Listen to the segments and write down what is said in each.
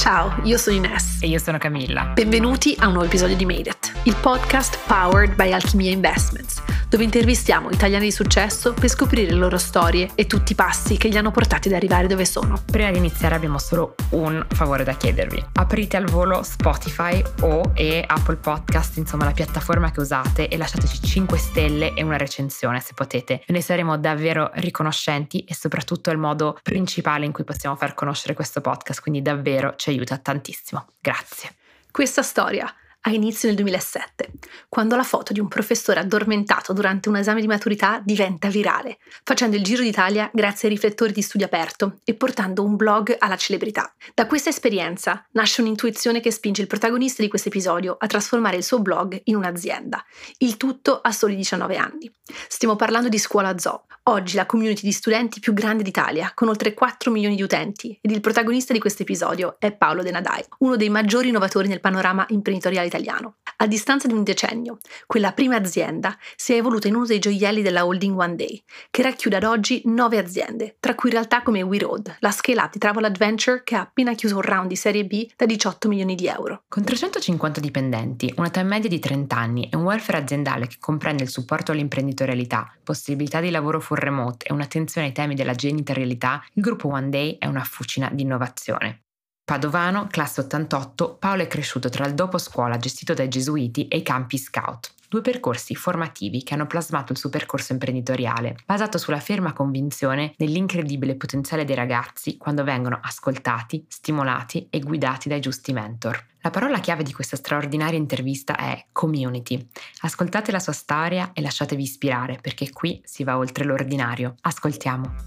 Ciao, io sono Ines. E io sono Camilla. Benvenuti a un nuovo episodio di Made It, il podcast powered by Alchimia Investments, dove intervistiamo italiani di successo per scoprire le loro storie e tutti i passi che li hanno portati ad arrivare dove sono. Prima di iniziare abbiamo solo un favore da chiedervi. Aprite al volo Spotify e Apple Podcast, insomma la piattaforma che usate, e lasciateci 5 stelle e una recensione se potete. Ne saremo davvero riconoscenti e soprattutto è il modo principale in cui possiamo far conoscere questo podcast, quindi davvero ci aiuta tantissimo. Grazie. Questa storia ha inizio nel 2007, quando la foto di un professore addormentato durante un esame di maturità diventa virale, facendo il giro d'Italia grazie ai riflettori di Studio Aperto e portando un blog alla celebrità. Da questa esperienza nasce un'intuizione che spinge il protagonista di questo episodio a trasformare il suo blog in un'azienda, il tutto a soli 19 anni. Stiamo parlando di Scuola Zoo, oggi la community di studenti più grande d'Italia, con oltre 4 milioni di utenti, ed il protagonista di questo episodio è Paolo De Nadai, uno dei maggiori innovatori nel panorama imprenditoriale italiano. A distanza di un decennio, quella prima azienda si è evoluta in uno dei gioielli della holding One Day, che racchiude ad oggi 9 aziende, tra cui realtà come We Road, la scale-up di travel adventure che ha appena chiuso un round di serie B da 18 milioni di euro. Con 350 dipendenti, un'età media di 30 anni e un welfare aziendale che comprende il supporto all'imprenditorialità, possibilità di lavoro full remote e un'attenzione ai temi della genitorialità, il gruppo One Day è una fucina di innovazione. Padovano, classe 88, Paolo è cresciuto tra il dopo scuola gestito dai gesuiti e i campi scout, 2 percorsi formativi che hanno plasmato il suo percorso imprenditoriale, basato sulla ferma convinzione dell'incredibile potenziale dei ragazzi quando vengono ascoltati, stimolati e guidati dai giusti mentor. La parola chiave di questa straordinaria intervista è community. Ascoltate la sua storia e lasciatevi ispirare, perché qui si va oltre l'ordinario. Ascoltiamo.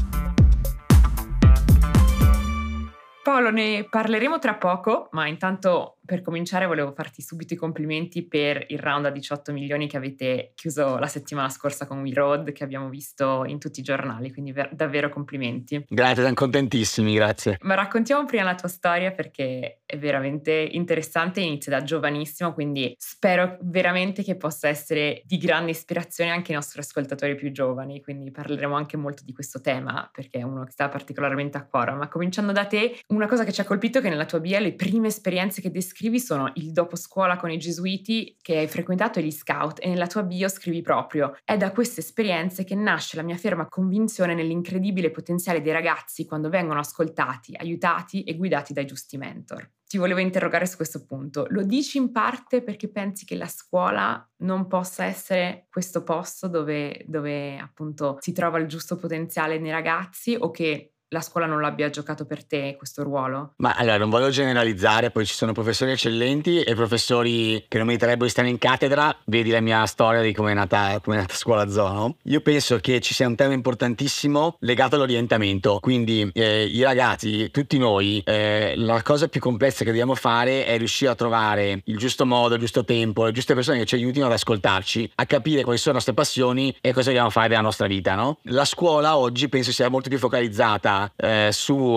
Paolo, ne parleremo tra poco, ma intanto per cominciare volevo farti subito i complimenti per il round a 18 milioni che avete chiuso la settimana scorsa con We Road, che abbiamo visto in tutti i giornali, quindi davvero complimenti. Grazie, siamo contentissimi, grazie. Ma raccontiamo prima la tua storia perché è veramente interessante, inizia da giovanissimo, quindi spero veramente che possa essere di grande ispirazione anche ai nostri ascoltatori più giovani, quindi parleremo anche molto di questo tema perché è uno che sta particolarmente a cuore. Ma cominciando da te, una cosa che ci ha colpito è che nella tua bio le prime esperienze che descrivi sono il dopo scuola con i gesuiti che hai frequentato e gli scout, e nella tua bio scrivi proprio: è da queste esperienze che nasce la mia ferma convinzione nell'incredibile potenziale dei ragazzi quando vengono ascoltati, aiutati e guidati dai giusti mentor. Ti volevo interrogare su questo punto. Lo dici in parte perché pensi che la scuola non possa essere questo posto dove appunto si trova il giusto potenziale nei ragazzi, o che la scuola non l'abbia giocato per te questo ruolo? Ma allora, non voglio generalizzare, poi ci sono professori eccellenti e professori che non meriterebbero di stare in cattedra. Vedi la mia storia di come è nata Scuola Zoo, no? Io penso che ci sia un tema importantissimo legato all'orientamento, quindi i ragazzi, tutti noi, la cosa più complessa che dobbiamo fare è riuscire a trovare il giusto modo, il giusto tempo, le giuste persone che ci aiutino ad ascoltarci, a capire quali sono le nostre passioni e cosa dobbiamo fare della nostra vita, no? La scuola oggi penso sia molto più focalizzata su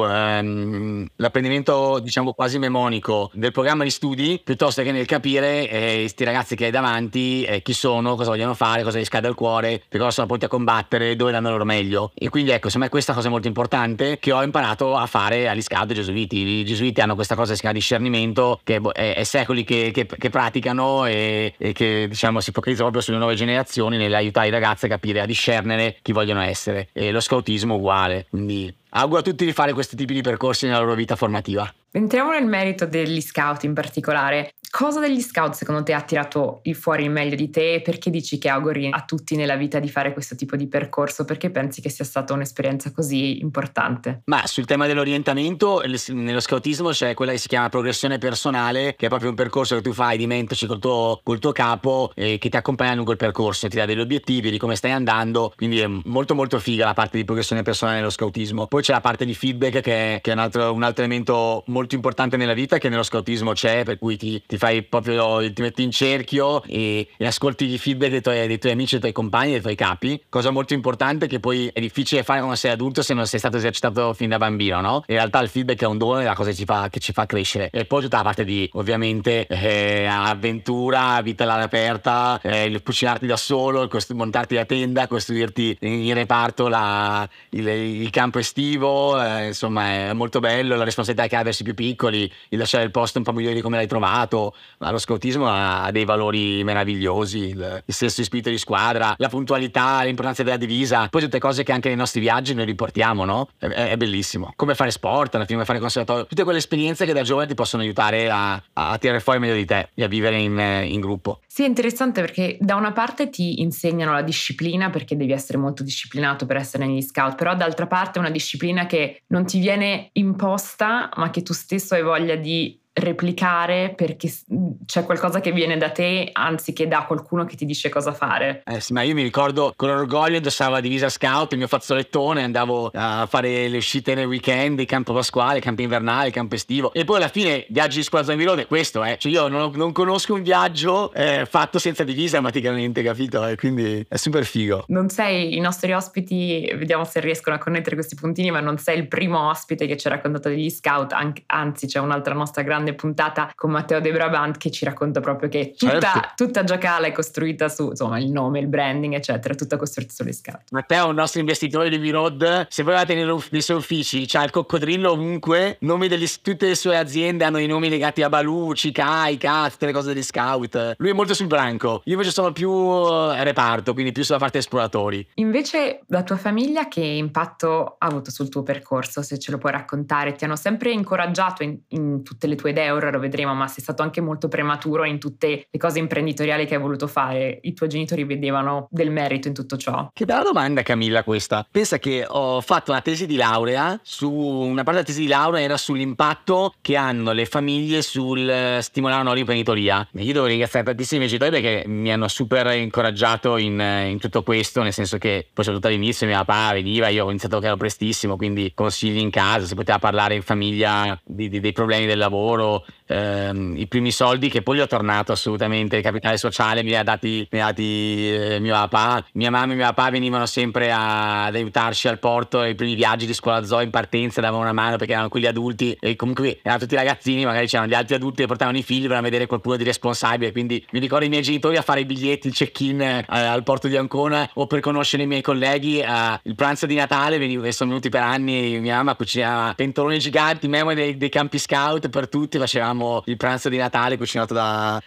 l'apprendimento, diciamo, quasi mnemonico del programma di studi, piuttosto che nel capire questi ragazzi che hai davanti, chi sono, cosa vogliono fare, cosa gli scade al cuore, per cosa sono pronti a combattere, dove danno loro meglio. E quindi ecco, secondo me questa cosa è molto importante che ho imparato a fare agli scout gesuiti. I gesuiti hanno questa cosa che si chiama discernimento, che è secoli che praticano e che, diciamo, si focalizza proprio sulle nuove generazioni nell'aiutare i ragazzi a capire, a discernere chi vogliono essere. E lo scoutismo uguale, quindi auguro a tutti di fare questi tipi di percorsi nella loro vita formativa. Entriamo nel merito degli scout in particolare. Cosa degli scout secondo te ha tirato fuori il meglio di te? Perché dici che auguri a tutti nella vita di fare questo tipo di percorso? Perché pensi che sia stata un'esperienza così importante? Ma sul tema dell'orientamento, nello scoutismo c'è quella che si chiama progressione personale, che è proprio un percorso che tu fai di mentorship col tuo capo, che ti accompagna lungo il percorso, ti dà degli obiettivi di come stai andando, quindi è molto molto figa la parte di progressione personale nello scoutismo. Poi c'è la parte di feedback che è un altro elemento molto importante nella vita, che nello scoutismo c'è, per cui ti fa fai proprio, ti metti in cerchio e ascolti i feedback dei tuoi amici, dei tuoi compagni, dei tuoi capi, cosa molto importante che poi è difficile fare quando sei adulto se non sei stato esercitato fin da bambino, no? In realtà il feedback è un dono, è la cosa che ci fa crescere. E poi tutta la parte di, ovviamente, avventura, vita all'aria aperta, il cucinarti da solo, montarti la tenda, costruirti in reparto il campo estivo, insomma è molto bello, la responsabilità che ha verso i più piccoli, il lasciare il posto un po' migliore di come l'hai trovato. Ma lo scoutismo ha dei valori meravigliosi, il senso di spirito di squadra, la puntualità, l'importanza della divisa, poi tutte cose che anche nei nostri viaggi noi riportiamo, no? È bellissimo. Come fare sport, alla fine come fare conservatorio, tutte quelle esperienze che da giovane ti possono aiutare a tirare fuori meglio di te e a vivere in gruppo. Sì, è interessante perché da una parte ti insegnano la disciplina, perché devi essere molto disciplinato per essere negli scout, però d'altra parte è una disciplina che non ti viene imposta, ma che tu stesso hai voglia di replicare perché c'è qualcosa che viene da te anziché da qualcuno che ti dice cosa fare. Sì, ma io mi ricordo con orgoglio indossavo la divisa scout, il mio fazzolettone, andavo a fare le uscite nel weekend, il campo pasquale, il campo invernale, il campo estivo, e poi alla fine viaggi di scuola Zona di Road è questo, cioè io non conosco un viaggio fatto senza divisa praticamente, capito? E quindi è super figo. Non sei, i nostri ospiti, vediamo se riescono a connettere questi puntini, ma non sei il primo ospite che ci ha raccontato degli scout, anzi c'è un'altra nostra grande puntata con Matteo De Brabant che ci racconta proprio che tutta Giacala è costruita su, insomma, il nome, il branding, eccetera, tutta costruita sugli scout. Matteo è un nostro investitore di V-Road, se volete nei suoi uffici c'ha il coccodrillo ovunque, nomi tutte le sue aziende hanno i nomi legati a Balù, Cicaica, tutte le cose degli scout. Lui è molto sul branco, io invece sono più reparto, quindi più sulla parte esploratori. Invece la tua famiglia che impatto ha avuto sul tuo percorso, se ce lo puoi raccontare? Ti hanno sempre incoraggiato in tutte le tue idee, ora lo vedremo, ma sei stato anche molto prematuro in tutte le cose imprenditoriali che hai voluto fare. I tuoi genitori vedevano del merito in tutto ciò? Che bella domanda, Camilla, questa. Pensa che ho fatto una tesi di laurea, una parte della tesi di laurea era sull'impatto che hanno le famiglie sul stimolare una nuova imprenditoria. Io devo ringraziare tantissimi miei genitori perché mi hanno super incoraggiato in tutto questo, nel senso che poi soprattutto all'inizio mio papà veniva, io ho iniziato che ero prestissimo, quindi consigli in casa, si poteva parlare in famiglia dei problemi del lavoro. I primi soldi che poi gli ho tornato assolutamente, il capitale sociale mi ha dati mio papà, mia mamma e mio papà venivano sempre ad aiutarci al porto ai primi viaggi di scuola zoo in partenza, davano una mano perché erano quelli adulti e comunque erano tutti ragazzini, magari c'erano gli altri adulti che portavano i figli per vedere qualcuno di responsabile, quindi mi ricordo i miei genitori a fare i biglietti, il check-in al porto di Ancona, o per conoscere i miei colleghi il pranzo di Natale sono venuti per anni, mia mamma cucinava pentoloni giganti, memori dei campi scout per tutti, facevamo il pranzo di Natale cucinato dai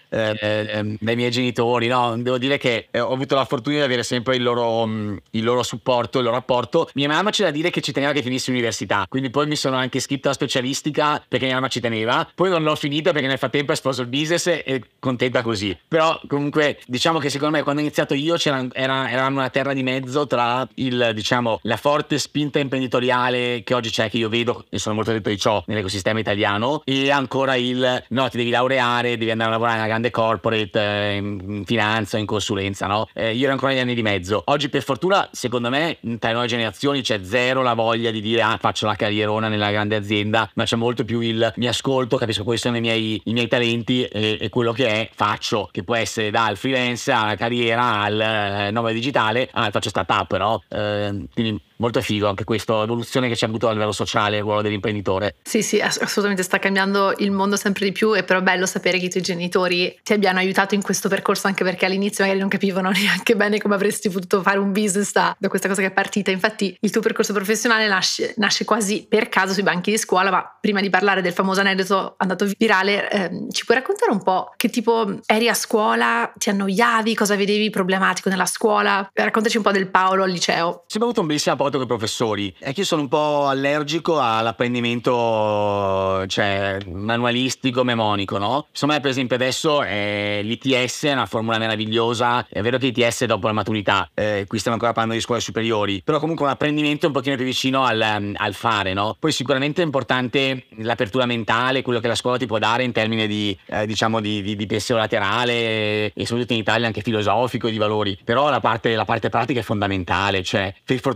miei genitori, no? Devo dire che ho avuto la fortuna di avere sempre il loro supporto, il loro apporto. Mia mamma c'è da dire che ci teneva che finissi l'università, quindi poi mi sono anche iscritto alla specialistica perché mia mamma ci teneva, poi non l'ho finita perché nel frattempo è esploso il business e contenta così. Però comunque diciamo che secondo me quando ho iniziato io eravamo una terra di mezzo tra la forte spinta imprenditoriale che oggi c'è, che io vedo e sono molto detto di ciò nell'ecosistema italiano, e ancora ti devi laureare, devi andare a lavorare in una grande corporate, in finanza, in consulenza, no? Io ero ancora negli anni di mezzo. Oggi per fortuna, secondo me, tra le nuove generazioni c'è zero la voglia di dire faccio la carrierona nella grande azienda, ma c'è molto più mi ascolto, capisco quali sono i miei talenti e quello che faccio, che può essere dal freelance alla carriera al nome digitale, faccio startup, no? Quindi molto figo anche questa evoluzione che c'è avuto a livello sociale, il ruolo dell'imprenditore. Sì, assolutamente sta cambiando il mondo sempre di più, è però bello sapere che i tuoi genitori ti abbiano aiutato in questo percorso, anche perché all'inizio magari non capivano neanche bene come avresti potuto fare un business da questa cosa che è partita. Infatti il tuo percorso professionale nasce quasi per caso sui banchi di scuola, ma prima di parlare del famoso aneddoto andato virale, ci puoi raccontare un po' che tipo eri a scuola, ti annoiavi, cosa vedevi problematico nella scuola? Raccontaci un po' del Paolo al liceo. Sempre avuto un bellissimo rapporto con i professori, è che io sono un po' allergico all'apprendimento manualistico, memonico, no? Secondo me per esempio adesso l'ITS è una formula meravigliosa, è vero che l'ITS è dopo la maturità, qui stiamo ancora parlando di scuole superiori, però comunque un apprendimento un pochino più vicino al fare, no? Poi sicuramente è importante l'apertura mentale, quello che la scuola ti può dare in termini di pensiero laterale e soprattutto in Italia anche filosofico e di valori, però la parte pratica è fondamentale, cioè per fortuna tu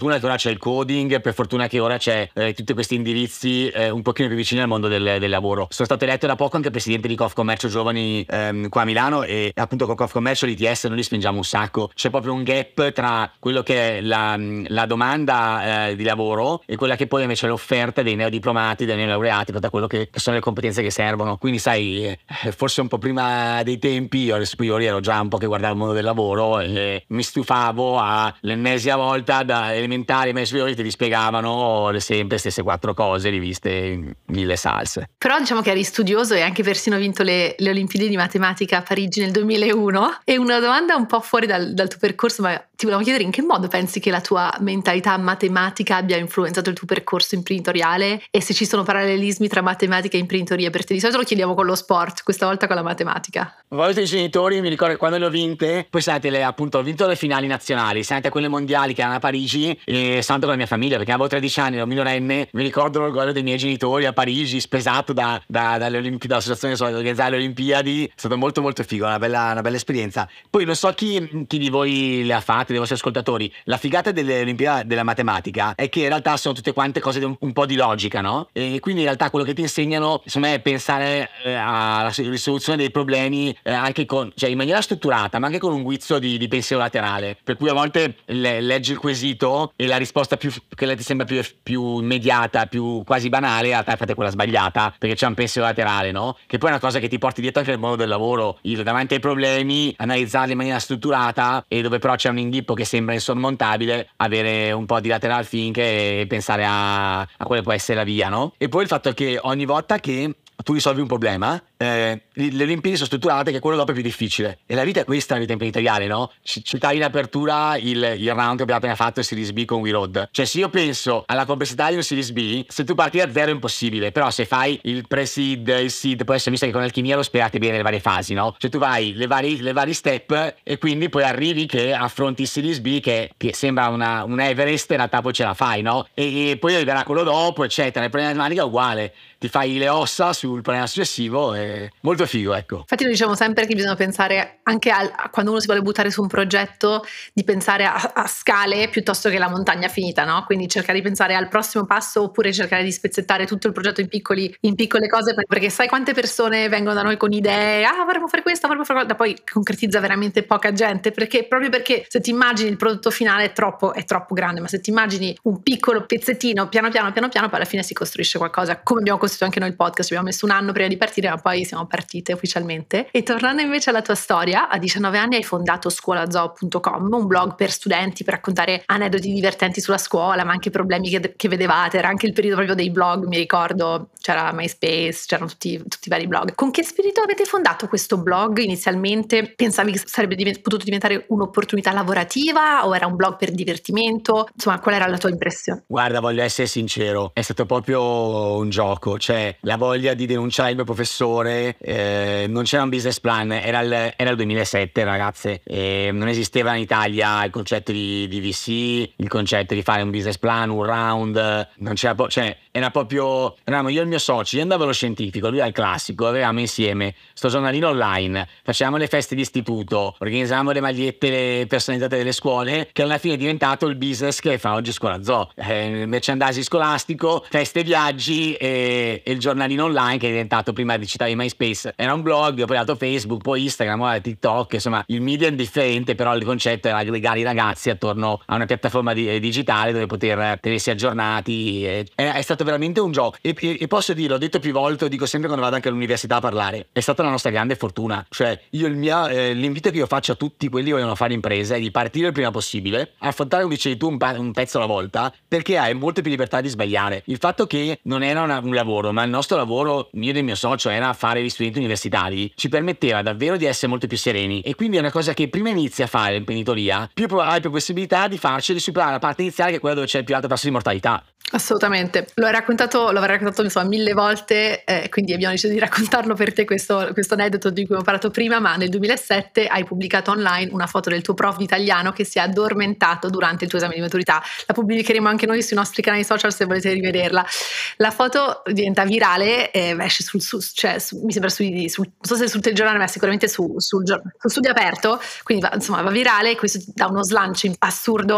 c'è il coding, per fortuna che ora c'è tutti questi indirizzi un pochino più vicini al mondo del lavoro. Sono stato eletto da poco anche presidente di Confcommercio Giovani qua a Milano, e appunto con Confcommercio l'ITS noi li spingiamo un sacco. C'è proprio un gap tra quello che è la domanda di lavoro e quella che poi invece è l'offerta dei neodiplomati, dei neolaureati, per quello che sono le competenze che servono. Quindi sai, forse un po' prima dei tempi io alle superiori ero già un po' che guardavo il mondo del lavoro e mi stufavo all'ennesima volta da elementari ai superiori ti spiegavano sempre le stesse 4 cose riviste in 1000 salse. Però diciamo che eri studioso e anche persino vinto le Olimpiadi di matematica a Parigi nel 2001. E una domanda un po' fuori dal tuo percorso, ma ti volevo chiedere in che modo pensi che la tua mentalità matematica abbia influenzato il tuo percorso imprenditoriale, e se ci sono parallelismi tra matematica e imprenditoria per te. Di solito lo chiediamo con lo sport, questa volta con la matematica. A volte i genitori, mi ricordo quando le ho vinte, poi appunto ho vinto le finali nazionali, siamo andati a quelle mondiali che erano a Parigi, e sono andato con la mia famiglia perché avevo 13 anni, ero minorenne. Mi ricordo l'orgoglio dei miei genitori a Parigi, spesato dalle Olimpiadi, dall'associazione che organizzava le Olimpiadi. È stato molto molto figo, una bella esperienza. Poi non so chi di voi le ha fatte, dei vostri ascoltatori. La figata delle Olimpiadi della matematica è che in realtà sono tutte quante cose un po' di logica, no? E quindi in realtà quello che ti insegnano, secondo me, è pensare alla risoluzione dei problemi anche in maniera strutturata, ma anche con un guizzo di pensiero laterale, per cui a volte leggi il quesito e la risposta quella ti sembra più immediata, più quasi banale, in realtà fate quella sbagliata perché c'è un pensiero laterale, no? Che poi è una cosa che ti porti dietro anche nel mondo del lavoro, davanti ai problemi analizzarli in maniera strutturata, e dove però c'è un inghippo che sembra insormontabile, avere un po' di lateral think e pensare a quale può essere la via, no? E poi il fatto che ogni volta che tu risolvi un problema, le Olimpiadi sono strutturate che quello dopo è più difficile, e la vita è questa, la vita imprenditoriale, no? Citavi in apertura il round che abbiamo appena fatto, il Series B con We Road. Cioè, se io penso alla complessità di un Series B, se tu parti da zero è impossibile, però se fai il pre-seed, il seed, poi visto che con l'alchimia lo spiegate bene le varie fasi, no? Cioè tu vai le vari step e quindi poi arrivi che affronti il Series B che sembra un Everest, in realtà poi ce la fai, no? E poi arriverà quello dopo, eccetera. Il problema di matematica è uguale, ti fai le ossa sul problema successivo, è molto figo, ecco. Infatti noi diciamo sempre che bisogna pensare anche quando uno si vuole buttare su un progetto, di pensare a scale piuttosto che la montagna finita, no? Quindi cercare di pensare al prossimo passo, oppure cercare di spezzettare tutto il progetto in piccole cose, perché sai quante persone vengono da noi con idee, vorremmo fare questo, vorremmo fare quello, da poi concretizza veramente poca gente, proprio perché se ti immagini il prodotto finale è troppo grande, ma se ti immagini un piccolo pezzettino piano piano, poi alla fine si costruisce qualcosa, come abbiamo costruito anche noi il podcast. Abbiamo messo un anno prima di partire, ma poi siamo partite ufficialmente. E tornando invece alla tua storia, a 19 anni hai fondato scuolazoo.com, un blog per studenti per raccontare aneddoti divertenti sulla scuola, ma anche problemi che vedevate. Era anche il periodo proprio dei blog, mi ricordo, c'era MySpace, c'erano tutti i vari blog. Con che spirito avete fondato questo blog inizialmente? Pensavi che sarebbe potuto diventare un'opportunità lavorativa, o era un blog per divertimento? Insomma, qual era la tua impressione? Guarda, voglio essere sincero, è stato proprio un gioco, cioè la voglia di denunciare il mio professore, non c'era un business plan, era il 2007, ragazze, non esisteva in Italia il concetto di VC, il concetto di fare un business plan, un round, non c'era eravamo io e il mio socio, io andavo allo scientifico, lui al classico, avevamo insieme sto giornalino online, facevamo le feste di istituto, organizzavamo le magliette personalizzate delle scuole, che alla fine è diventato il business che fa oggi Scuola Zoo, merchandising scolastico, feste, viaggi e il giornalino online che è diventato, prima di citare MySpace, era un blog, poi è dato Facebook, poi Instagram, ora TikTok, insomma il media è differente, però il concetto era aggregare i ragazzi attorno a una piattaforma digitale dove poter tenersi aggiornati, è stato veramente un gioco, e posso dirlo, ho detto più volte, lo dico sempre quando vado anche all'università a parlare, è stata la nostra grande fortuna, cioè l'invito che io faccio a tutti quelli che vogliono fare impresa è di partire il prima possibile, affrontare, come dicevi tu, un pezzo alla volta, perché hai molto più libertà di sbagliare. Il fatto che non era un lavoro, ma il nostro lavoro, mio e del mio socio, era fare gli studenti universitari, ci permetteva davvero di essere molto più sereni, e quindi è una cosa che prima inizi a fare l'imprenditoria, più hai più possibilità di farceli, superare la parte iniziale, che è quella dove c'è il più alto tasso di mortalità. Assolutamente, l'avrei raccontato insomma 1000 volte, quindi abbiamo deciso di raccontarlo per te questo aneddoto di cui ho parlato prima, ma nel 2007 hai pubblicato online una foto del tuo prof di italiano che si è addormentato durante il tuo esame di maturità. La pubblicheremo anche noi sui nostri canali social se volete rivederla. La foto diventa virale, esce mi sembra non so se sul telegiornale, ma sicuramente sul Studio Aperto, quindi va virale, e questo dà uno slancio assurdo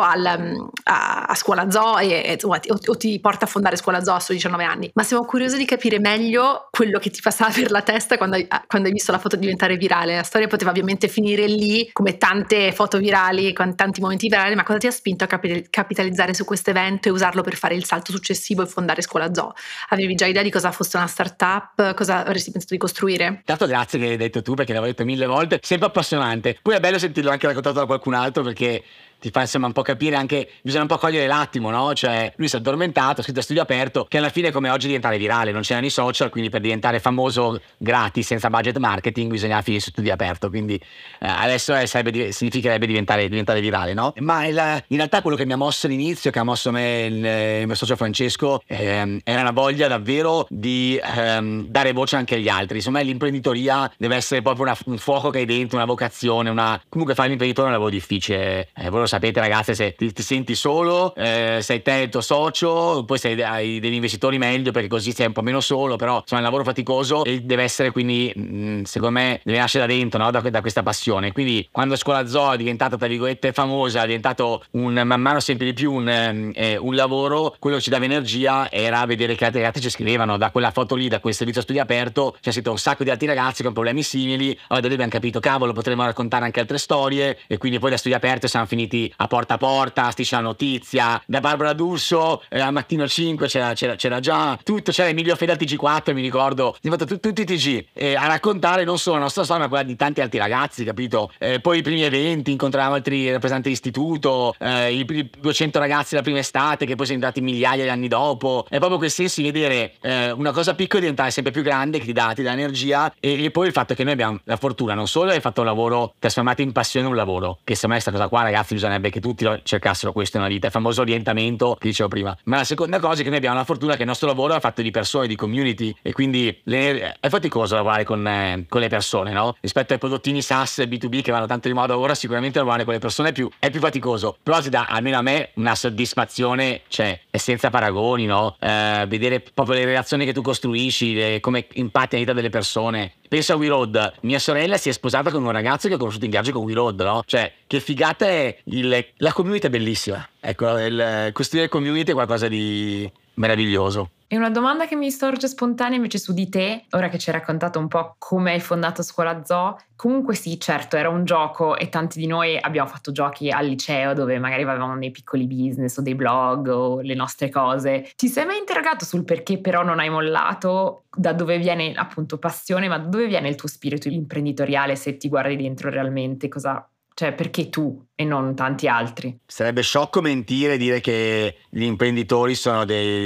a Scuola Zoo e ti porta a fondare Scuola Zoo a 19 anni. Ma siamo curiosi di capire meglio quello che ti passava per la testa quando hai visto la foto diventare virale. La storia poteva ovviamente finire lì, come tante foto virali, con tanti momenti virali, ma cosa ti ha spinto a capitalizzare su questo evento e usarlo per fare il salto successivo e fondare Scuola Zoo? Avevi già idea di cosa fosse una startup? Cosa avresti pensato di costruire? Tanto grazie che l'hai detto tu, perché l'avevo detto 1000 volte, sempre appassionante. Poi è bello sentirlo anche raccontato da qualcun altro, perché ti fa insomma un po' capire anche, bisogna un po' cogliere l'attimo, no? Cioè lui si è addormentato, ha scritto a Studio Aperto, che alla fine come oggi diventare virale, non c'erano i social, quindi per diventare famoso gratis senza budget marketing bisognava finire su Studio Aperto, quindi adesso significherebbe diventare virale, no? Ma in realtà quello che mi ha mosso all'inizio, che ha mosso me il mio socio Francesco, era una voglia davvero di dare voce anche agli altri. Insomma l'imprenditoria deve essere proprio un fuoco che hai dentro, una vocazione, comunque fare l'imprenditore è un lavoro difficile, voi lo sapete ragazze, se ti senti solo, sei te e il tuo socio, poi hai degli investitori meglio perché così sei un po' meno solo, però insomma è un lavoro faticoso e deve essere, quindi secondo me deve nascere da dentro, no? da questa passione. Quindi quando Scuola Zoo è diventata tra virgolette famosa, è diventato man mano sempre di più un lavoro, quello che ci dava energia era vedere che altri ragazzi ci scrivevano. Da quella foto lì, da quel servizio a Studio Aperto, c'è scritto un sacco di altri ragazzi con problemi simili, allora da lì abbiamo capito, cavolo, potremmo raccontare anche altre storie, e quindi poi da Studio Aperto siamo finiti a porta, Striscia la Notizia, da Barbara D'Urso al Mattino 5 c'era già tutto, c'era Emilio Fede al TG4, mi ricordo, è fatto tutti i TG a raccontare non solo la nostra storia ma quella di tanti altri ragazzi, capito? Poi i primi eventi, incontravamo altri rappresentanti d'istituto, i 200 ragazzi la prima estate che poi sono diventati migliaia di anni dopo. È proprio quel senso di vedere una cosa piccola diventare sempre più grande, che ti dà energia, e poi il fatto che noi abbiamo la fortuna non solo di aver fatto un lavoro trasformato in passione, un lavoro che secondo me questa cosa qua, ragazzi, bisognerebbe che tutti cercassero questo nella vita, il famoso orientamento che dicevo prima. Ma la seconda cosa è che noi abbiamo la fortuna che il nostro lavoro è fatto di persone, di community, e quindi è faticoso lavorare con le persone, no? Rispetto ai prodottini SaaS B2B che vanno tanto di moda ora, sicuramente lavorare con le persone è più faticoso, però ti dà, almeno a me, una soddisfazione, cioè è senza paragoni, no? Vedere proprio le relazioni che tu costruisci, come impatti la vita delle persone. Penso a We Road, mia sorella si è sposata con un ragazzo che ho conosciuto in viaggio con We Road, no? Cioè, che figata è la community è bellissima. Ecco, costruire community è qualcosa di meraviglioso. E una domanda che mi sorge spontanea invece su di te, ora che ci hai raccontato un po' come hai fondato Scuola Zoo. Comunque sì, certo, era un gioco e tanti di noi abbiamo fatto giochi al liceo dove magari avevamo dei piccoli business o dei blog o le nostre cose. Ti sei mai interrogato sul perché però non hai mollato? Da dove viene appunto passione, ma da dove viene il tuo spirito imprenditoriale, se ti guardi dentro realmente cioè perché tu e non tanti altri? Sarebbe sciocco mentire e dire che gli imprenditori sono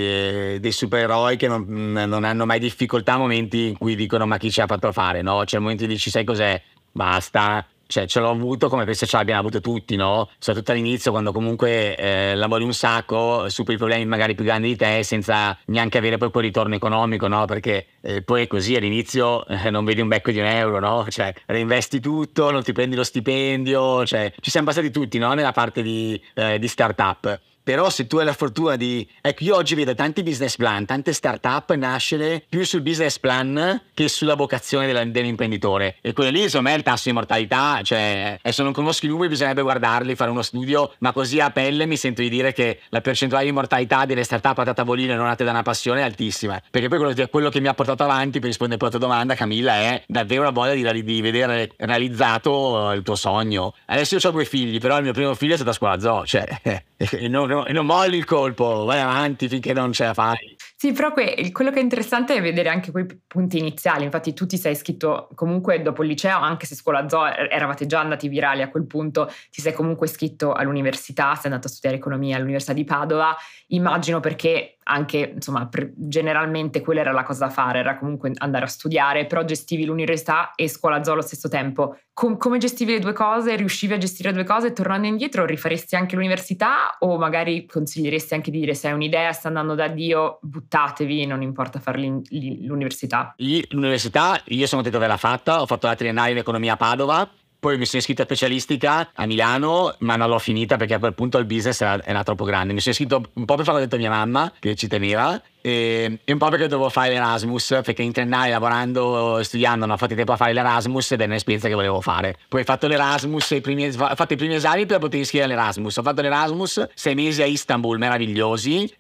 dei supereroi che non hanno mai difficoltà a momenti in cui dicono ma chi ci ha fatto fare, no? C'è il momento di dici sai cos'è? Basta. Cioè ce l'ho avuto come penso ce l'abbiamo avuto tutti, no? Soprattutto all'inizio, quando comunque lavori un sacco, superi i problemi magari più grandi di te senza neanche avere poi quel ritorno economico, no? Perché poi è così, all'inizio non vedi un becco di un euro, no? Cioè reinvesti tutto, non ti prendi lo stipendio, cioè ci siamo passati tutti, no? Nella parte di startup. Però se tu hai la fortuna ecco, io oggi vedo tanti business plan, tante startup nascere più sul business plan che sulla vocazione dell'imprenditore, e quello lì insomma è il tasso di mortalità. Cioè adesso non conosco i numeri, bisognerebbe guardarli, fare uno studio, ma così a pelle mi sento di dire che la percentuale di mortalità delle startup a tavolino non nate da una passione è altissima, perché poi quello che mi ha portato avanti, per rispondere alla tua domanda Camilla, è davvero la voglia di vedere realizzato il tuo sogno. Adesso io ho 2 figli, però il mio primo figlio è stato a Scuola Zoo, cioè e non molli il colpo, vai avanti finché non ce la fai. Sì, però quello che è interessante è vedere anche quei punti iniziali. Infatti tu ti sei iscritto comunque dopo il liceo, anche se scuola zoo eravate già andati virali a quel punto, ti sei comunque iscritto all'università, sei andato a studiare economia all'Università di Padova, immagino perché anche, insomma, generalmente quella era la cosa da fare, era comunque andare a studiare, però gestivi l'università e scuola zoo allo stesso tempo. Come gestivi le due cose? Riuscivi a gestire le due cose? Tornando indietro, rifaresti anche l'università o magari consiglieresti anche di dire se hai un'idea, sta andando da Dio, buttatevi, non importa fare l'università? L'università, io sono contento di averla fatta, ho fatto la triennale in economia a Padova, poi mi sono iscritto a specialistica a Milano, ma non l'ho finita perché a quel punto il business era troppo grande. Mi sono iscritto un po' per fare detto mia mamma, che ci teneva, e un po' perché dovevo fare l'Erasmus, perché in triennale lavorando e studiando non ho fatto tempo a fare l'Erasmus ed è un'esperienza che volevo fare. Poi ho fatto l'Erasmus, ho fatto i primi esami per poter iscrivere all'Erasmus. Ho fatto l'Erasmus 6 mesi a Istanbul, meravigliosi,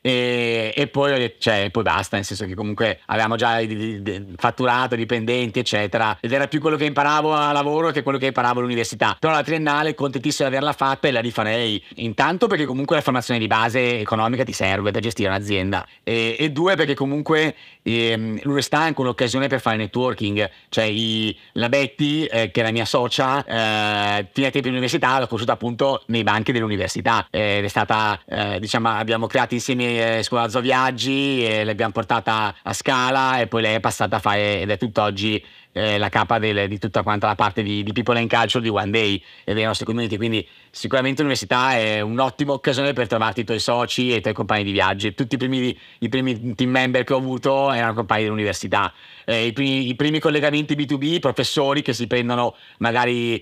e poi, poi basta, nel senso che comunque avevamo già fatturato, dipendenti, eccetera, ed era più quello che imparavo a lavoro che quello che imparavo all'università. Però la triennale, contentissimo di averla fatta e la rifarei. Intanto perché comunque la formazione di base economica ti serve per gestire un'azienda, e due perché comunque l'università è anche un'occasione per fare networking. Cioè la Betty, che è la mia socia, fino ai tempi dell'università l'ho conosciuta appunto nei banchi dell'università, ed è stata diciamo, abbiamo creato insieme Scuola Zoo Viaggi e l'abbiamo portata a Scala, e poi lei è passata a fare, ed è tutt'oggi la capa di tutta quanta la parte di People and Culture di One Day e delle nostre community. Quindi sicuramente l'università è un'ottima occasione per trovarti i tuoi soci e i tuoi compagni di viaggio. Tutti i primi team member che ho avuto erano compagni dell'università, i primi collegamenti B2B, professori che si prendono magari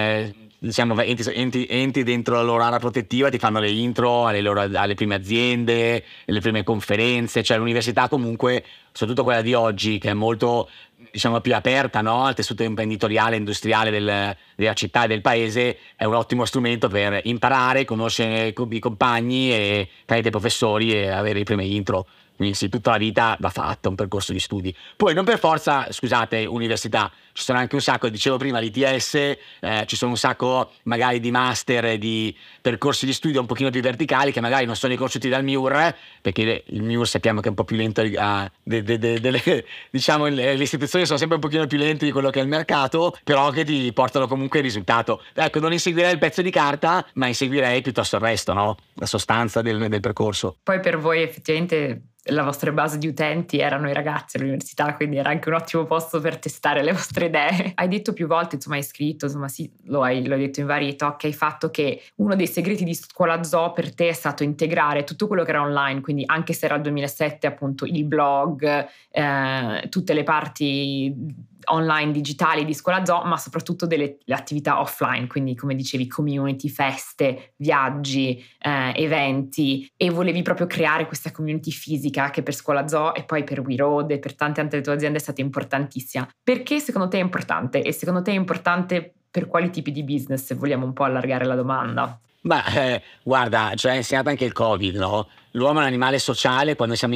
diciamo entri dentro la loro area protettiva, ti fanno le intro alle prime aziende, le prime conferenze. Cioè l'università comunque, soprattutto quella di oggi, che è molto, diciamo, più aperta, no, al tessuto imprenditoriale, industriale della città e del paese, è un ottimo strumento per imparare, conoscere i compagni e tramite i professori e avere i primi intro. Quindi sì, tutta la vita va fatta un percorso di studi. Poi non per forza, scusate, università, ci sono anche un sacco, dicevo prima, l'ITS, ci sono un sacco magari di master e di percorsi di studio un pochino più verticali che magari non sono riconosciuti dal MIUR, perché il MIUR sappiamo che è un po' più lento, diciamo le istituzioni sono sempre un pochino più lente di quello che è il mercato, però che ti portano comunque il risultato. Ecco, non inseguirei il pezzo di carta, ma inseguirei piuttosto il resto, no? La sostanza del percorso. Poi per voi effettivamente la vostra base di utenti erano i ragazzi all'università, quindi era anche un ottimo posto per testare le vostre idee. Hai detto più volte, insomma, hai scritto, insomma, sì, lo hai detto in vari talk, hai fatto che uno dei segreti di Scuola Zoo per te è stato integrare tutto quello che era online, quindi anche se era il 2007, appunto, il blog, tutte le parti online digitali di Scuola Zoo, ma soprattutto le attività offline, quindi come dicevi community, feste, viaggi, eventi, e volevi proprio creare questa community fisica che per Scuola Zoo e poi per We Road e per tante altre tue aziende è stata importantissima. Perché secondo te è importante? E secondo te è importante per quali tipi di business, se vogliamo un po' allargare la domanda? Guarda, cioè è insegnato anche il Covid, no? L'uomo è un animale sociale, quando siamo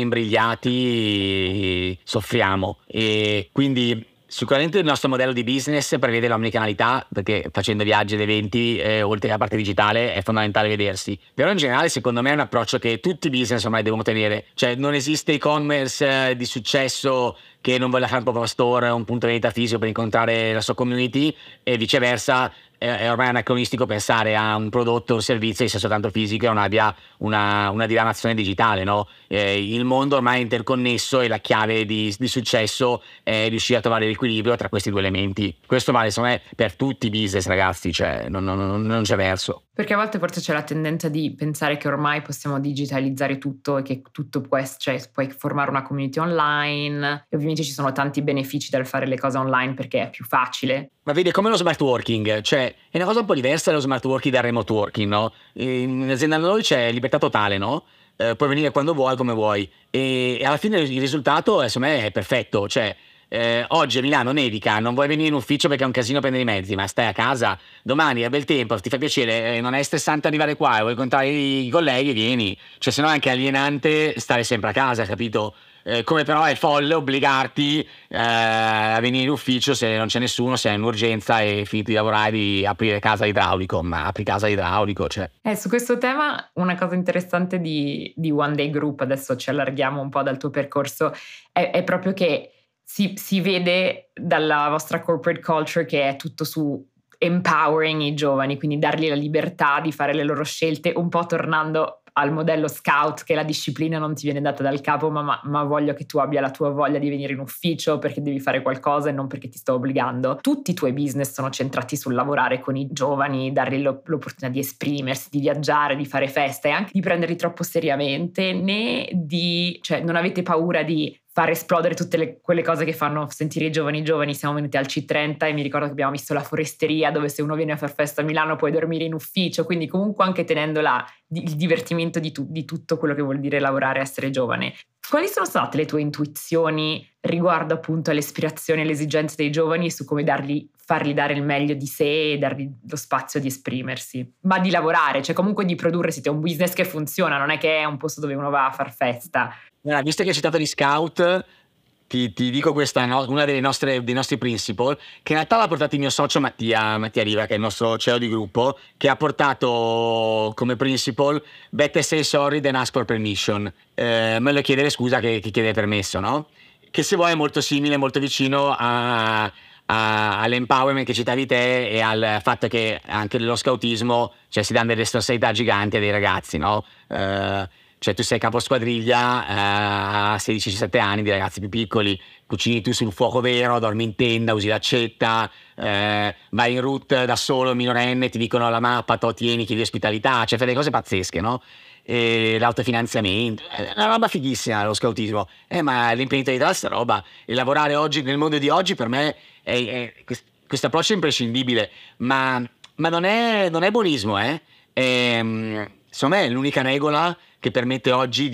imbrigliati soffriamo, e quindi sicuramente il nostro modello di business prevede l'omnicanalità, perché facendo viaggi ed eventi, oltre alla parte digitale, è fondamentale vedersi. Però in generale secondo me è un approccio che tutti i business ormai devono tenere. Cioè non esiste e-commerce di successo che non voglia fare un proprio store, un punto di vendita fisico per incontrare la sua community, e viceversa. È ormai anacronistico pensare a un prodotto o un servizio che sia soltanto fisico e non abbia una diramazione digitale, no? Il mondo ormai è interconnesso e la chiave di successo è riuscire a trovare l'equilibrio tra questi due elementi. Questo vale secondo me per tutti i business, ragazzi, cioè non c'è verso. Perché a volte forse c'è la tendenza di pensare che ormai possiamo digitalizzare tutto e che tutto puoi formare una community online, e ovviamente ci sono tanti benefici dal fare le cose online perché è più facile. Ma vedi, come lo smart working, cioè è una cosa un po' diversa dallo smart working dal remote working, no? In azienda da noi c'è libertà totale, no? Puoi venire quando vuoi, come vuoi, e alla fine il risultato secondo me è perfetto. Cioè oggi a Milano nevica, non vuoi venire in ufficio perché è un casino prendere i mezzi, ma stai a casa, domani è bel tempo, ti fa piacere, non è stressante arrivare qua e vuoi incontrare i colleghi, vieni. Cioè se no è anche alienante stare sempre a casa, capito? come però è folle obbligarti a venire in ufficio se non c'è nessuno, se è un'urgenza e finito di lavorare di aprire casa idraulico, ma apri casa idraulico, cioè. Su questo tema una cosa interessante di One Day Group, adesso ci allarghiamo un po' dal tuo percorso, è proprio che si vede dalla vostra corporate culture che è tutto su empowering i giovani, quindi dargli la libertà di fare le loro scelte, un po' tornando al modello scout, che la disciplina non ti viene data dal capo, ma voglio che tu abbia la tua voglia di venire in ufficio perché devi fare qualcosa e non perché ti sto obbligando. Tutti i tuoi business sono centrati sul lavorare con i giovani, dargli l'opportunità di esprimersi, di viaggiare, di fare festa e anche di prenderli troppo seriamente, cioè non avete paura di far esplodere tutte quelle cose che fanno sentire i giovani. Siamo venuti al C30 e mi ricordo che abbiamo visto la foresteria, dove se uno viene a far festa a Milano puoi dormire in ufficio, quindi comunque anche tenendo il divertimento di tutto quello che vuol dire lavorare e essere giovane. Quali sono state le tue intuizioni riguardo appunto alle aspirazioni e alle esigenze dei giovani su come fargli dare il meglio di sé e dargli lo spazio di esprimersi, ma di lavorare, cioè comunque di produrre? Siete un business che funziona, non è che è un posto dove uno va a far festa. Visto che hai citato gli scout, ti dico questa, una dei nostri principle, che in realtà l'ha portato il mio socio Mattia Riva, che è il nostro CEO di gruppo, che ha portato come principle better say sorry than ask for permission. Meglio chiedere scusa che chiedere permesso, no? Che se vuoi è molto simile, molto vicino all'empowerment che citavi te e al fatto che anche nello scoutismo, cioè, si danno delle responsabilità giganti a dei ragazzi, no? Cioè tu sei capo squadriglia a 16-17 anni, di ragazzi più piccoli, cucini tu sul fuoco vero, dormi in tenda, usi l'accetta, vai in route da solo, minorenne, ti dicono la mappa, tieni, chiedi ospitalità, cioè fai delle cose pazzesche, no? E l'autofinanziamento, è una roba fighissima lo scoutismo, ma l'imprenditorialità è sta roba, e lavorare oggi, nel mondo di oggi, per me questo approccio è imprescindibile, ma non è buonismo, insomma è l'unica regola che permette oggi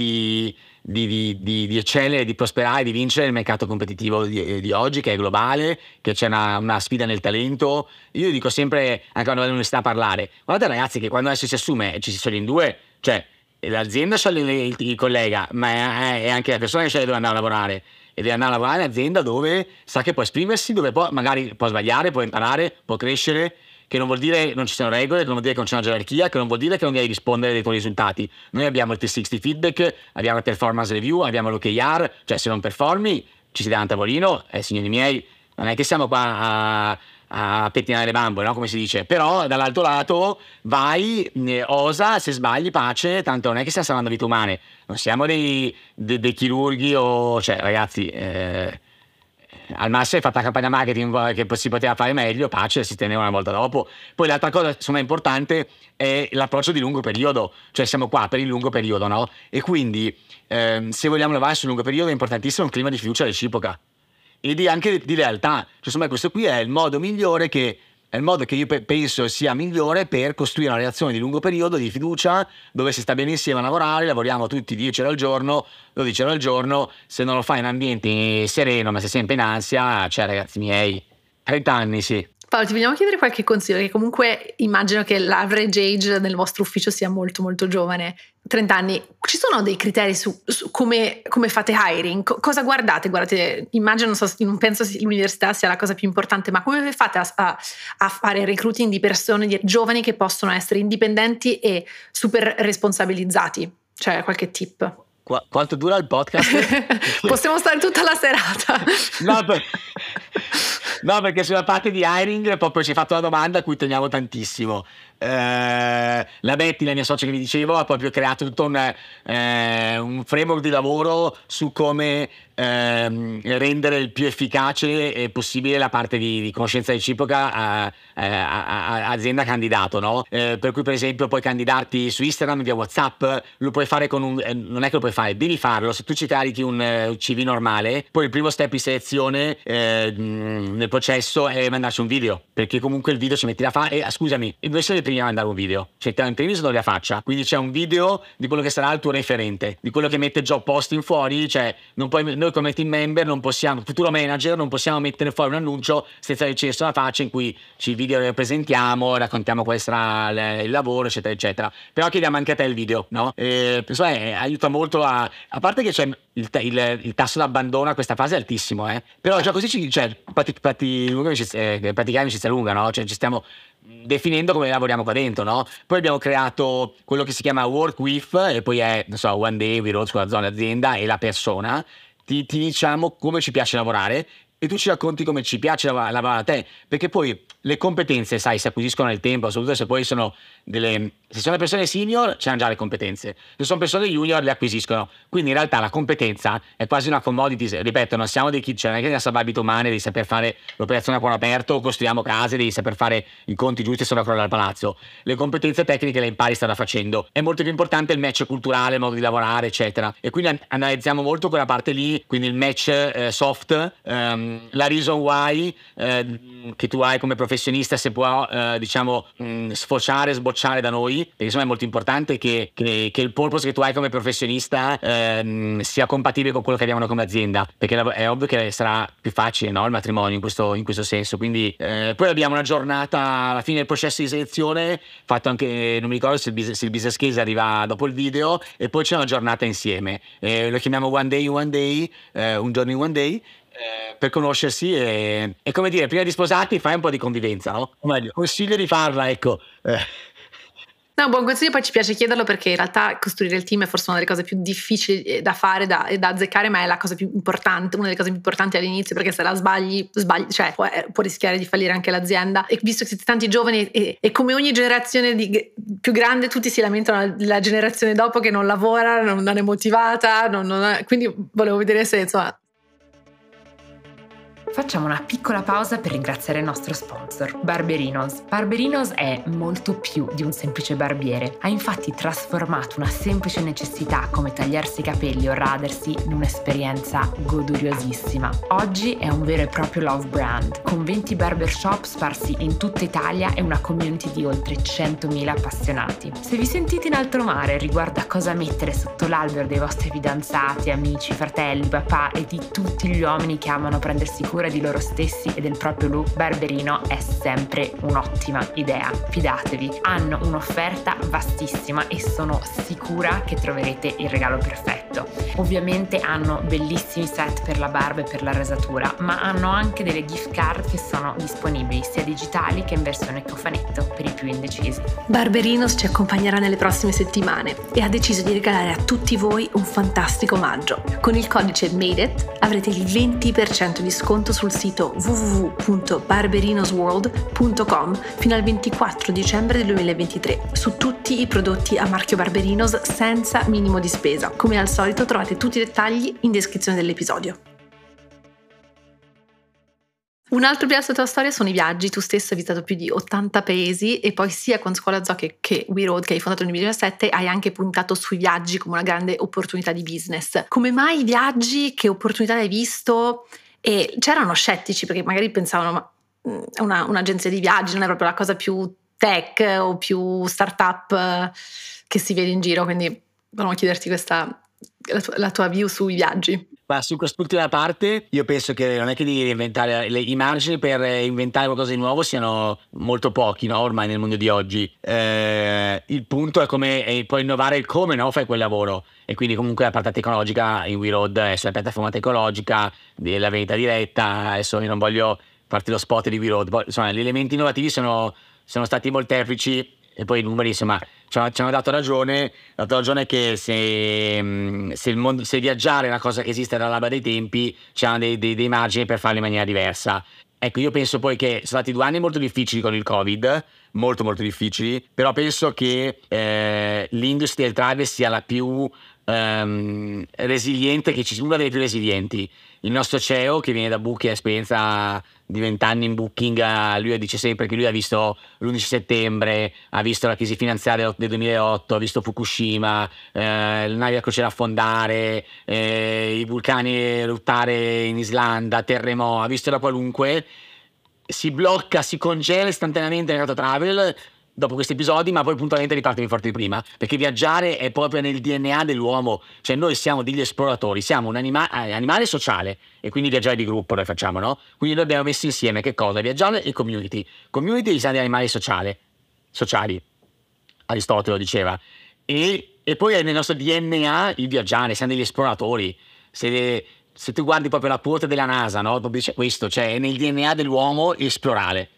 di eccellere, di prosperare, di vincere il mercato competitivo di oggi, che è globale, che c'è una sfida nel talento. Io dico sempre, anche quando vado all'università a parlare, guardate ragazzi che quando adesso si assume e ci si sceglie in due, cioè l'azienda sceglie il collega, ma è anche la persona che sceglie dove andare a lavorare, e deve andare a lavorare in un'azienda dove sa che può esprimersi, dove magari può sbagliare, può imparare, può crescere, che non vuol dire che non ci siano regole, che non vuol dire che non c'è una gerarchia, che non vuol dire che non devi rispondere dei tuoi risultati. Noi abbiamo il 360 feedback, abbiamo il performance review, abbiamo l'OKR, cioè se non performi ci si dà un tavolino, signori miei, non è che siamo qua a pettinare le bambole, no? Come si dice. Però dall'altro lato vai, osa, se sbagli pace, tanto non è che stiamo salvando vite umane, non siamo dei chirurghi cioè ragazzi, al massimo hai fatto la campagna marketing che si poteva fare meglio, pace, si teneva una volta dopo. Poi l'altra cosa insomma importante è l'approccio di lungo periodo, cioè siamo qua per il lungo periodo, no? E quindi se vogliamo lavorare sul lungo periodo è importantissimo un clima di fiducia reciproca e anche di lealtà, cioè insomma questo qui è il modo migliore che io penso sia migliore per costruire una relazione di lungo periodo, di fiducia, dove si sta bene insieme a lavorare, lavoriamo tutti 10 ore al giorno, 12 ore al giorno. Se non lo fai in ambiente sereno, ma sei sempre in ansia, cioè ragazzi miei, 30 anni, sì. Paolo, ti vogliamo chiedere qualche consiglio, che comunque immagino che l'average age del vostro ufficio sia molto molto giovane, 30 anni. Ci sono dei criteri su come fate hiring? Cosa guardate? Immagino, non penso l'università sia la cosa più importante, ma come fate a fare recruiting di persone giovani che possono essere indipendenti e super responsabilizzati? Cioè qualche tip? Quanto dura il podcast? Possiamo stare tutta la serata. No, perché sulla parte di hiring proprio ci hai fatto una domanda a cui teniamo tantissimo. La Betty, la mia socia che vi dicevo, ha proprio creato tutto un framework di lavoro su come rendere il più efficace possibile la parte di conoscenza reciproca a azienda candidato, no? Per cui per esempio puoi candidarti su Instagram via WhatsApp, lo puoi fare non è che lo puoi fare, devi farlo. Se tu ci carichi un CV normale, poi il primo step di selezione nel processo è mandarci un video, perché comunque il video ci metti da fare. Scusami, dove sono le prima mandare un video, cioè ti intervistano la faccia, quindi c'è un video di quello che sarà il tuo referente, di quello che mette job posting fuori, cioè non puoi, noi come team member non possiamo, futuro manager non possiamo mettere fuori un annuncio senza averci la faccia in cui ci video presentiamo, raccontiamo quale sarà il lavoro, eccetera eccetera, però chiediamo anche a te il video, no? Aiuta molto a parte che c'è il tasso d'abbandono a questa fase è altissimo, però già così praticare amicizia lunga, no? Cioè ci stiamo definendo come lavoriamo qua dentro, no? Poi abbiamo creato quello che si chiama Work With, e poi è, non so, One Day We Road sulla zona azienda e la persona, ti diciamo come ci piace lavorare e tu ci racconti come ci piace lavorare a te, perché poi le competenze, sai, si acquisiscono nel tempo, soprattutto se poi sono se sono persone senior c'hanno già le competenze, se sono persone junior le acquisiscono, quindi in realtà la competenza è quasi una commodity, ripeto, non siamo non è che nella salvavita umane devi saper fare l'operazione a cuore aperto o costruiamo case, devi saper fare i conti giusti e sovracrollare il palazzo, le competenze tecniche le impari strada facendo, è molto più importante il match culturale, il modo di lavorare eccetera, e quindi analizziamo molto quella parte lì, quindi il match soft, la reason why che tu hai come professionista, se può sfociare, sbocciare da noi, perché insomma è molto importante che il purpose che tu hai come professionista sia compatibile con quello che abbiamo noi come azienda, perché è ovvio che sarà più facile, no, il matrimonio in questo senso, quindi poi abbiamo una giornata alla fine del processo di selezione fatto anche, non mi ricordo se il business case arriva dopo il video, e poi c'è una giornata insieme, lo chiamiamo One Day, un giorno in One Day, per conoscersi e come dire, prima di sposarti fai un po' di convivenza, no? O meglio, consiglio di farla, ecco. No, buon consiglio, poi ci piace chiederlo perché in realtà costruire il team è forse una delle cose più difficili da fare e da azzeccare, ma è la cosa più importante, una delle cose più importanti all'inizio, perché se la sbagli, cioè può rischiare di fallire anche l'azienda. E visto che siete tanti giovani e come ogni generazione più grande, tutti si lamentano la generazione dopo che non lavora, non è motivata, quindi volevo vedere se insomma. Facciamo una piccola pausa per ringraziare il nostro sponsor, Barberinos. Barberinos è molto più di un semplice barbiere. Ha infatti trasformato una semplice necessità come tagliarsi i capelli o radersi in un'esperienza goduriosissima. Oggi è un vero e proprio love brand, con 20 barbershop sparsi in tutta Italia e una community di oltre 100.000 appassionati. Se vi sentite in alto mare riguardo a cosa mettere sotto l'albero dei vostri fidanzati, amici, fratelli, papà e di tutti gli uomini che amano prendersi cura di loro stessi e del proprio look, Barberino è sempre un'ottima idea. Fidatevi, hanno un'offerta vastissima e sono sicura che troverete il regalo perfetto. Ovviamente hanno bellissimi set per la barba e per la rasatura, ma hanno anche delle gift card che sono disponibili sia digitali che in versione cofanetto per i più indecisi. Barberinos ci accompagnerà nelle prossime settimane e ha deciso di regalare a tutti voi un fantastico omaggio. Con il codice MADEIT avrete il 20% di sconto sul sito www.barberinosworld.com fino al 24 dicembre del 2023 su tutti i prodotti a marchio Barberinos senza minimo di spesa. Come al solito trovate tutti i dettagli in descrizione dell'episodio. Un altro pilastro della tua storia sono i viaggi. Tu stesso hai visitato più di 80 paesi e poi sia con Scuola Zoo che We Road, che hai fondato nel 2017, hai anche puntato sui viaggi come una grande opportunità di business. Come mai i viaggi? Che opportunità hai visto? E c'erano scettici perché magari pensavano ma un'agenzia di viaggi non è proprio la cosa più tech o più startup che si vede in giro, quindi volevo chiederti la tua view sui viaggi. Ma su quest'ultima parte io penso che non è che devi reinventare i margini per inventare qualcosa di nuovo siano molto pochi, no? Ormai nel mondo di oggi il punto è come puoi innovare il come, no? Fai quel lavoro, e quindi comunque la parte tecnologica in We Road è sulla piattaforma tecnologica della vendita diretta. Adesso io non voglio farti lo spot di We Road, insomma gli elementi innovativi sono stati molteplici e poi i numeri insomma ci hanno dato ragione che se viaggiare è una cosa che esiste dall'alba dei tempi, c'hanno dei margini per farlo in maniera diversa. Ecco, io penso poi che sono stati 2 anni molto difficili con il Covid, molto molto difficili, però penso che l'industria del travel sia la più resiliente, una delle più resilienti. Il nostro CEO, che viene da Booking, esperienza di 20 anni in Booking, lui dice sempre che lui ha visto l'11 settembre, ha visto la crisi finanziaria del 2008, ha visto Fukushima, le navi a crociera affondare, i vulcani eruttare in Islanda, terremoti, ha visto da qualunque. Si blocca, si congela istantaneamente il mercato travel. dopo questi episodi, ma poi puntualmente riparto più forte di prima, perché viaggiare è proprio nel DNA dell'uomo, cioè noi siamo degli esploratori, siamo un animale sociale e quindi viaggiare di gruppo noi facciamo, no? Quindi noi abbiamo messo insieme che cosa? Viaggiare e community. Community siamo degli animali sociali, Aristotele lo diceva, e poi è nel nostro DNA il viaggiare, siamo degli esploratori. Se tu guardi proprio la quota della NASA, no? Proprio dice questo, cioè è nel DNA dell'uomo esplorare.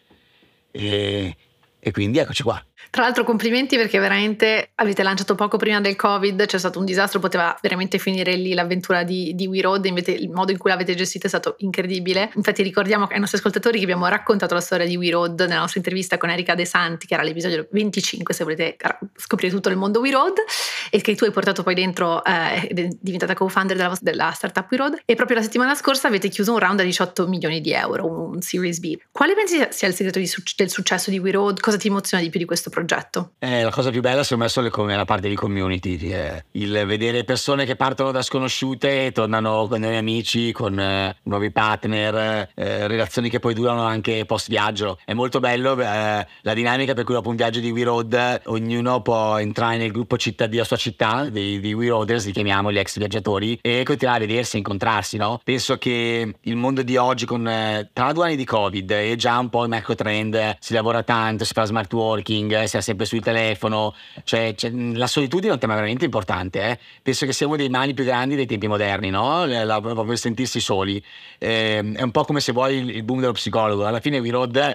E quindi eccoci qua. Tra l'altro complimenti perché veramente avete lanciato poco prima del Covid, c'è stato un disastro, poteva veramente finire lì l'avventura di We Road, invece il modo in cui l'avete gestita è stato incredibile. Infatti ricordiamo ai nostri ascoltatori che abbiamo raccontato la storia di We Road nella nostra intervista con Erika De Santi, che era l'episodio 25 se volete scoprire tutto il mondo We Road, e che tu hai portato poi dentro, è diventata co-founder della startup We Road, e proprio la settimana scorsa avete chiuso un round da 18 milioni di euro, un Series B. Quale pensi sia il segreto del successo di We Road? Cosa ti emoziona di più di questo progetto? La cosa più bella secondo me è la parte di community, il vedere persone che partono da sconosciute e tornano con nuovi amici, con nuovi partner, relazioni che poi durano anche post viaggio. È molto bello la dinamica per cui dopo un viaggio di We Road ognuno può entrare nel gruppo della sua città, di We Roaders, li chiamiamo gli ex viaggiatori, e continuare a vedersi, incontrarsi, no? Penso che il mondo di oggi tra 2 anni di Covid è già un po' il macro trend, si lavora tanto, si fa smart working, si è sempre sul telefono, cioè la solitudine è un tema veramente importante, penso che sia uno dei mali più grandi dei tempi moderni, no? Proprio sentirsi soli, è un po' come se vuoi il boom dello psicologo. Alla fine We Road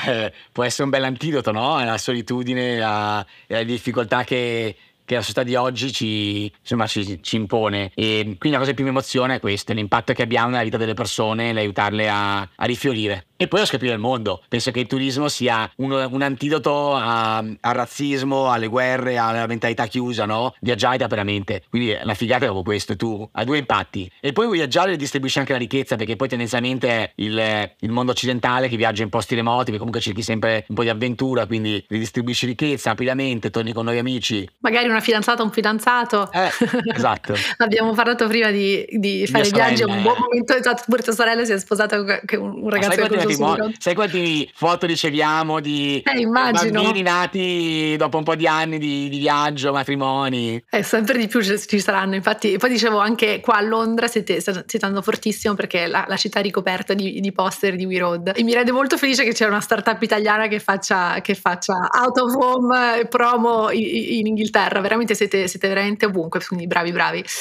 può essere un bel antidoto, no? Alla solitudine e alle difficoltà che la società di oggi ci impone, e quindi la cosa che più mi emoziona è questo, l'impatto che abbiamo nella vita delle persone, l'aiutarle a rifiorire e poi a scoprire il mondo. Penso che il turismo sia un antidoto al razzismo, alle guerre, alla mentalità chiusa, no? Viaggiare veramente, quindi la figata è proprio questo, tu hai 2 impatti e poi viaggiare distribuisci anche la ricchezza, perché poi tendenzialmente è il mondo occidentale che viaggia in posti remoti, perché comunque cerchi sempre un po' di avventura, quindi ridistribuisci ricchezza rapidamente, torni con nuovi amici, magari una fidanzata, un fidanzato. Esatto. Abbiamo parlato prima di fare viaggi, un buon momento, esatto, pure tua sorella si è sposata con un ragazzo che sai quanti foto riceviamo di bambini nati dopo un po' di anni di viaggio, matrimoni? Sempre di più ci saranno, infatti. Poi dicevo anche qua a Londra siete andando fortissimo, perché la città è ricoperta di poster di We Road, e mi rende molto felice che c'è una startup italiana che faccia out of home promo in Inghilterra. Veramente siete veramente ovunque, quindi bravi.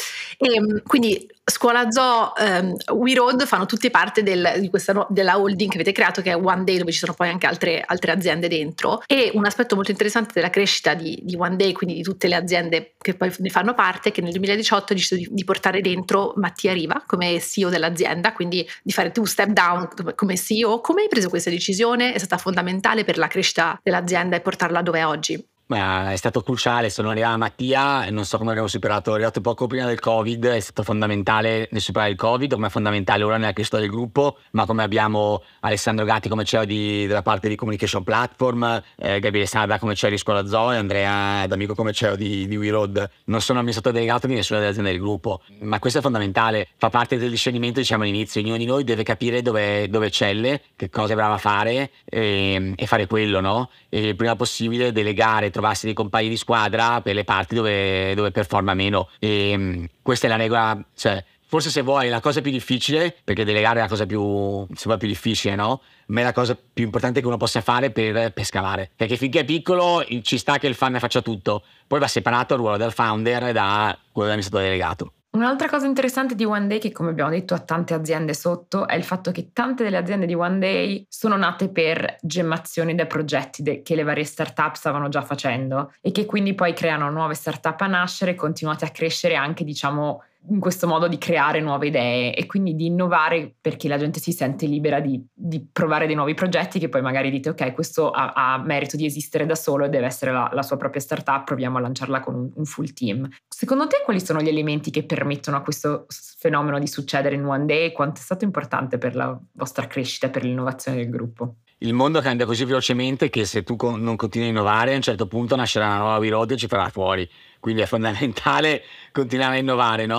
E quindi Scuola Zoo, We Road fanno tutti parte della holding che avete creato, che è One Day, dove ci sono poi anche altre aziende dentro. E un aspetto molto interessante della crescita di One Day, quindi di tutte le aziende che poi ne fanno parte, è che nel 2018 ho deciso di portare dentro Mattia Riva come CEO dell'azienda, quindi di fare 2 step down come CEO. Come hai preso questa decisione? È stata fondamentale per la crescita dell'azienda e portarla dove è oggi? Ma è stato cruciale. Sono arrivato a Mattia e non so come abbiamo superato, è arrivato poco prima del Covid, è stato fondamentale nel superare il Covid, come è fondamentale ora nella crescita del gruppo, ma come abbiamo Alessandro Gatti come CEO della parte di communication platform, Gabriele Sada come CEO di Scuola Zoo e Andrea D'Amico come CEO di We Road. Non sono amministratore delegato di nessuna delle aziende del gruppo, ma questo è fondamentale, fa parte del discernimento, diciamo all'inizio. Ognuno di noi deve capire dove eccelle, che cosa è brava a fare e fare quello, no? E il prima possibile delegare, trovarsi dei compagni di squadra per le parti dove performa meno, e questa è la regola, cioè forse se vuoi la cosa più difficile, perché delegare è la cosa più difficile, no? Ma è la cosa più importante che uno possa fare per scalare, perché finché è piccolo ci sta che il fan ne faccia tutto, poi va separato il ruolo del founder da quello dell'amministratore delegato. Un'altra cosa interessante di One Day, che come abbiamo detto ha tante aziende sotto, è il fatto che tante delle aziende di One Day sono nate per gemmazioni dai progetti che le varie startup stavano già facendo, e che quindi poi creano nuove startup a nascere, continuate a crescere anche, diciamo, in questo modo di creare nuove idee e quindi di innovare, perché la gente si sente libera di provare dei nuovi progetti che poi magari dite ok, questo ha merito di esistere da solo e deve essere la sua propria startup, proviamo a lanciarla con un full team. Secondo te quali sono gli elementi che permettono a questo fenomeno di succedere in One Day? Quanto è stato importante per la vostra crescita, per l'innovazione del gruppo? Il mondo cambia così velocemente che se tu non continui a innovare, a un certo punto nascerà una nuova We Road e ci farà fuori. Quindi è fondamentale continuare a innovare, no?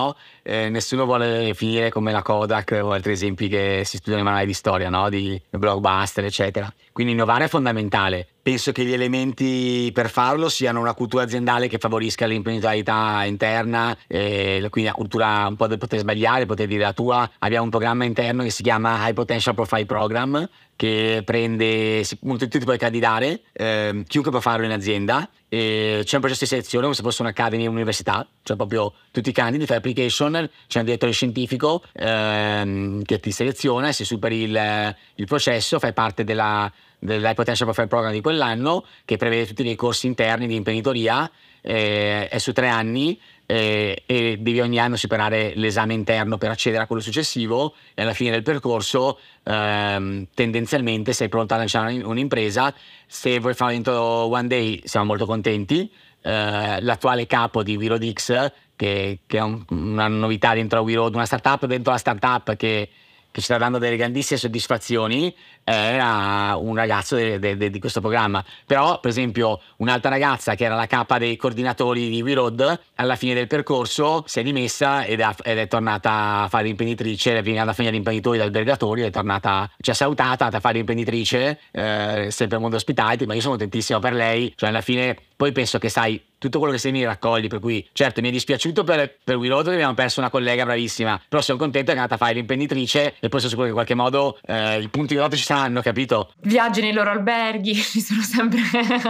nessuno vuole finire come la Kodak o altri esempi che si studiano in manuali di storia, no? Di blockbuster, eccetera. Quindi innovare è fondamentale. Penso che gli elementi per farlo siano una cultura aziendale che favorisca l'imprenditorialità interna, quindi la cultura un po' del poter sbagliare, poter dire la tua. Abbiamo un programma interno che si chiama High Potential Profile Program, che prende, tu ti puoi candidare, chiunque può farlo in azienda. C'è un processo di selezione come se fosse un'academy o un'università, cioè proprio tutti i candidi, fai application, c'è un direttore scientifico che ti seleziona, e se superi il processo fai parte dell'High Potential Profile Program di quell'anno, che prevede tutti dei corsi interni di imprenditoria, è su 3 anni, e devi ogni anno superare l'esame interno per accedere a quello successivo, e alla fine del percorso tendenzialmente sei pronto a lanciare un'impresa. Se vuoi farlo dentro One Day siamo molto contenti. L'attuale capo di WeRoadX, che è una novità dentro WeRoad, una startup dentro la startup che ci sta dando delle grandissime soddisfazioni, era un ragazzo di questo programma. Però per esempio un'altra ragazza che era la capa dei coordinatori di WeRoad, alla fine del percorso si è dimessa ed è tornata a fare l'imprenditrice, è venuta fine agli imprenditori, dagli albergatori, è tornata, ci ha salutata, è andata a fare l'imprenditrice, sempre al mondo ospitality, ma io sono contentissimo per lei, cioè alla fine poi penso che sai tutto quello che sei mi raccogli, per cui certo mi è dispiaciuto per WeRoad che abbiamo perso una collega bravissima, però sono contento che è andata a fare l'imprenditrice, e poi sono sicuro che in qualche modo i punti di rotto ci saranno, capito? Viaggi nei loro alberghi, ci sono sempre